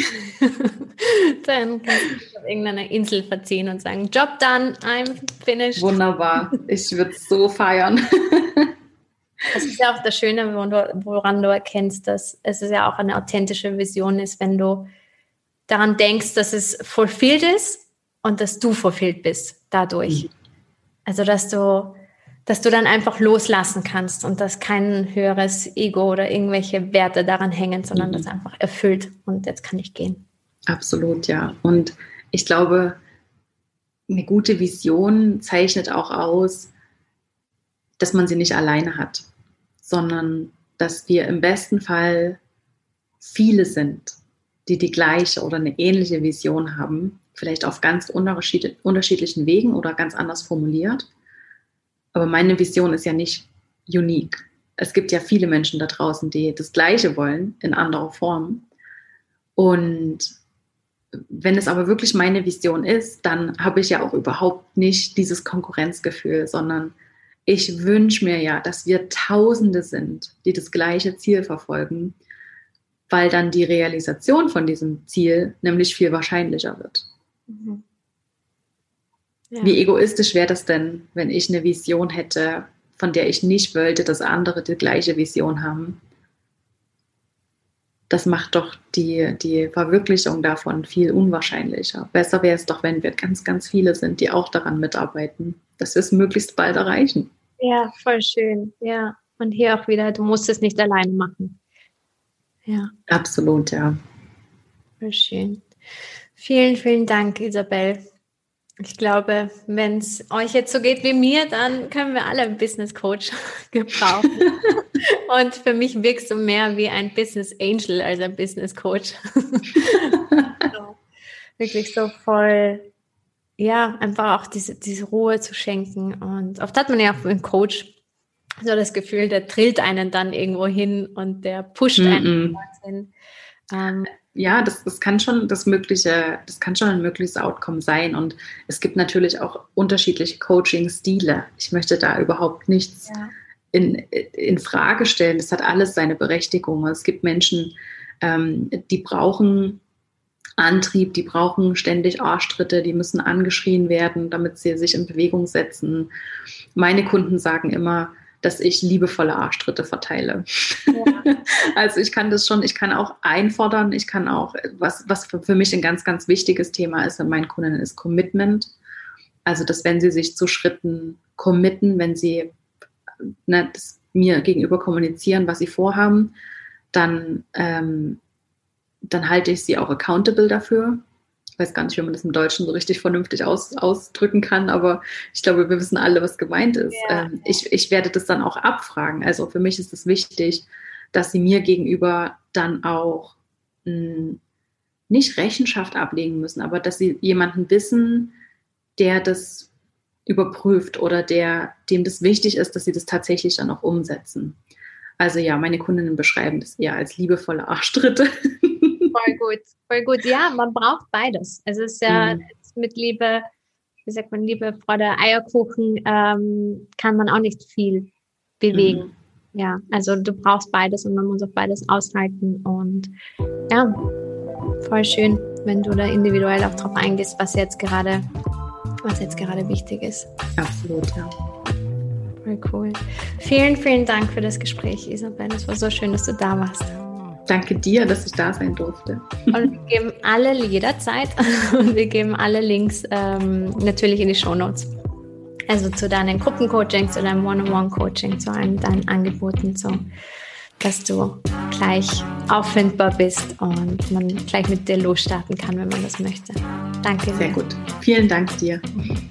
A: Dann kannst du dich auf irgendeiner Insel verziehen und sagen, Job done, I'm finished.
B: Wunderbar. Ich würde es so feiern.
A: Das ist ja auch das Schöne, woran du erkennst, dass es ja auch eine authentische Vision ist, wenn du daran denkst, dass es fulfilled ist und dass du fulfilled bist dadurch. Mhm. Also, dass du, dass du dann einfach loslassen kannst und dass kein höheres Ego oder irgendwelche Werte daran hängen, sondern mhm. das einfach erfüllt und jetzt kann ich gehen.
B: Absolut, ja. Und ich glaube, eine gute Vision zeichnet auch aus, dass man sie nicht alleine hat, sondern dass wir im besten Fall viele sind, die die gleiche oder eine ähnliche Vision haben, vielleicht auf ganz unterschied- unterschiedlichen Wegen oder ganz anders formuliert. Aber meine Vision ist ja nicht unique. Es gibt ja viele Menschen da draußen, die das Gleiche wollen, in anderer Form. Und wenn es aber wirklich meine Vision ist, dann habe ich ja auch überhaupt nicht dieses Konkurrenzgefühl, sondern ich wünsche mir ja, dass wir Tausende sind, die das gleiche Ziel verfolgen, weil dann die Realisation von diesem Ziel nämlich viel wahrscheinlicher wird. Mhm. Ja. Wie egoistisch wäre das denn, wenn ich eine Vision hätte, von der ich nicht wollte, dass andere die gleiche Vision haben? Das macht doch die, die Verwirklichung davon viel unwahrscheinlicher. Besser wäre es doch, wenn wir ganz, ganz viele sind, die auch daran mitarbeiten, dass wir es möglichst bald erreichen.
A: Ja, voll schön. Ja, und hier auch wieder, du musst es nicht alleine machen. Ja.
B: Absolut, ja.
A: Voll schön. Vielen, vielen Dank, Isabel. Ich glaube, wenn es euch jetzt so geht wie mir, dann können wir alle einen Business Coach gebrauchen. Und für mich wirkst du mehr wie ein Business Angel als ein Business Coach. So, wirklich so voll, ja, einfach auch diese, diese Ruhe zu schenken. Und oft hat man ja auch einen Coach so das Gefühl, der drillt einen dann irgendwo hin und der pusht mm-mm. einen hin. Ähm,
B: Ja, das, das kann schon das mögliche, das kann schon ein mögliches Outcome sein. Und es gibt natürlich auch unterschiedliche Coaching-Stile. Ich möchte da überhaupt nichts ja. in, in Frage stellen. Das hat alles seine Berechtigung. Es gibt Menschen, ähm, die brauchen Antrieb, die brauchen ständig Arschtritte, die müssen angeschrien werden, damit sie sich in Bewegung setzen. Meine Kunden sagen immer, dass ich liebevolle Arschtritte verteile. Ja. Also ich kann das schon, ich kann auch einfordern, ich kann auch, was, was für mich ein ganz, ganz wichtiges Thema ist in meinen Kunden, ist Commitment. Also, dass wenn sie sich zu Schritten committen, wenn sie ne, das mir gegenüber kommunizieren, was sie vorhaben, dann, ähm, dann halte ich sie auch accountable dafür. Ich weiß gar nicht, wie man das im Deutschen so richtig vernünftig aus, ausdrücken kann, aber ich glaube, wir wissen alle, was gemeint ist. Ja. Ähm, ich, ich werde das dann auch abfragen. Also für mich ist es wichtig, dass sie mir gegenüber dann auch mh, nicht Rechenschaft ablegen müssen, aber dass sie jemanden wissen, der das überprüft oder der, dem das wichtig ist, dass sie das tatsächlich dann auch umsetzen. Also ja, meine Kundinnen beschreiben das eher als liebevolle Arschtritte.
A: Voll gut, voll gut. Ja, man braucht beides. Es ist ja mhm. mit Liebe, wie sagt man, Liebe, Freude, Eierkuchen, ähm, kann man auch nicht viel bewegen. Mhm. Ja, also du brauchst beides und man muss auch beides aushalten. Und ja, voll schön, wenn du da individuell auch drauf eingehst, was jetzt gerade, was jetzt gerade wichtig ist.
B: Absolut, ja.
A: Voll cool. Vielen, vielen Dank für das Gespräch, Isabel. Es war so schön, dass du da warst.
B: Danke dir, dass ich da sein durfte.
A: Und wir geben alle jederzeit und wir geben alle Links ähm, natürlich in die Shownotes. Also zu deinen Gruppencoachings, zu deinem One-on-One-Coaching, zu allen deinen Angeboten, so dass du gleich auffindbar bist und man gleich mit dir losstarten kann, wenn man das möchte. Danke dir.
B: Sehr gut. Vielen Dank dir.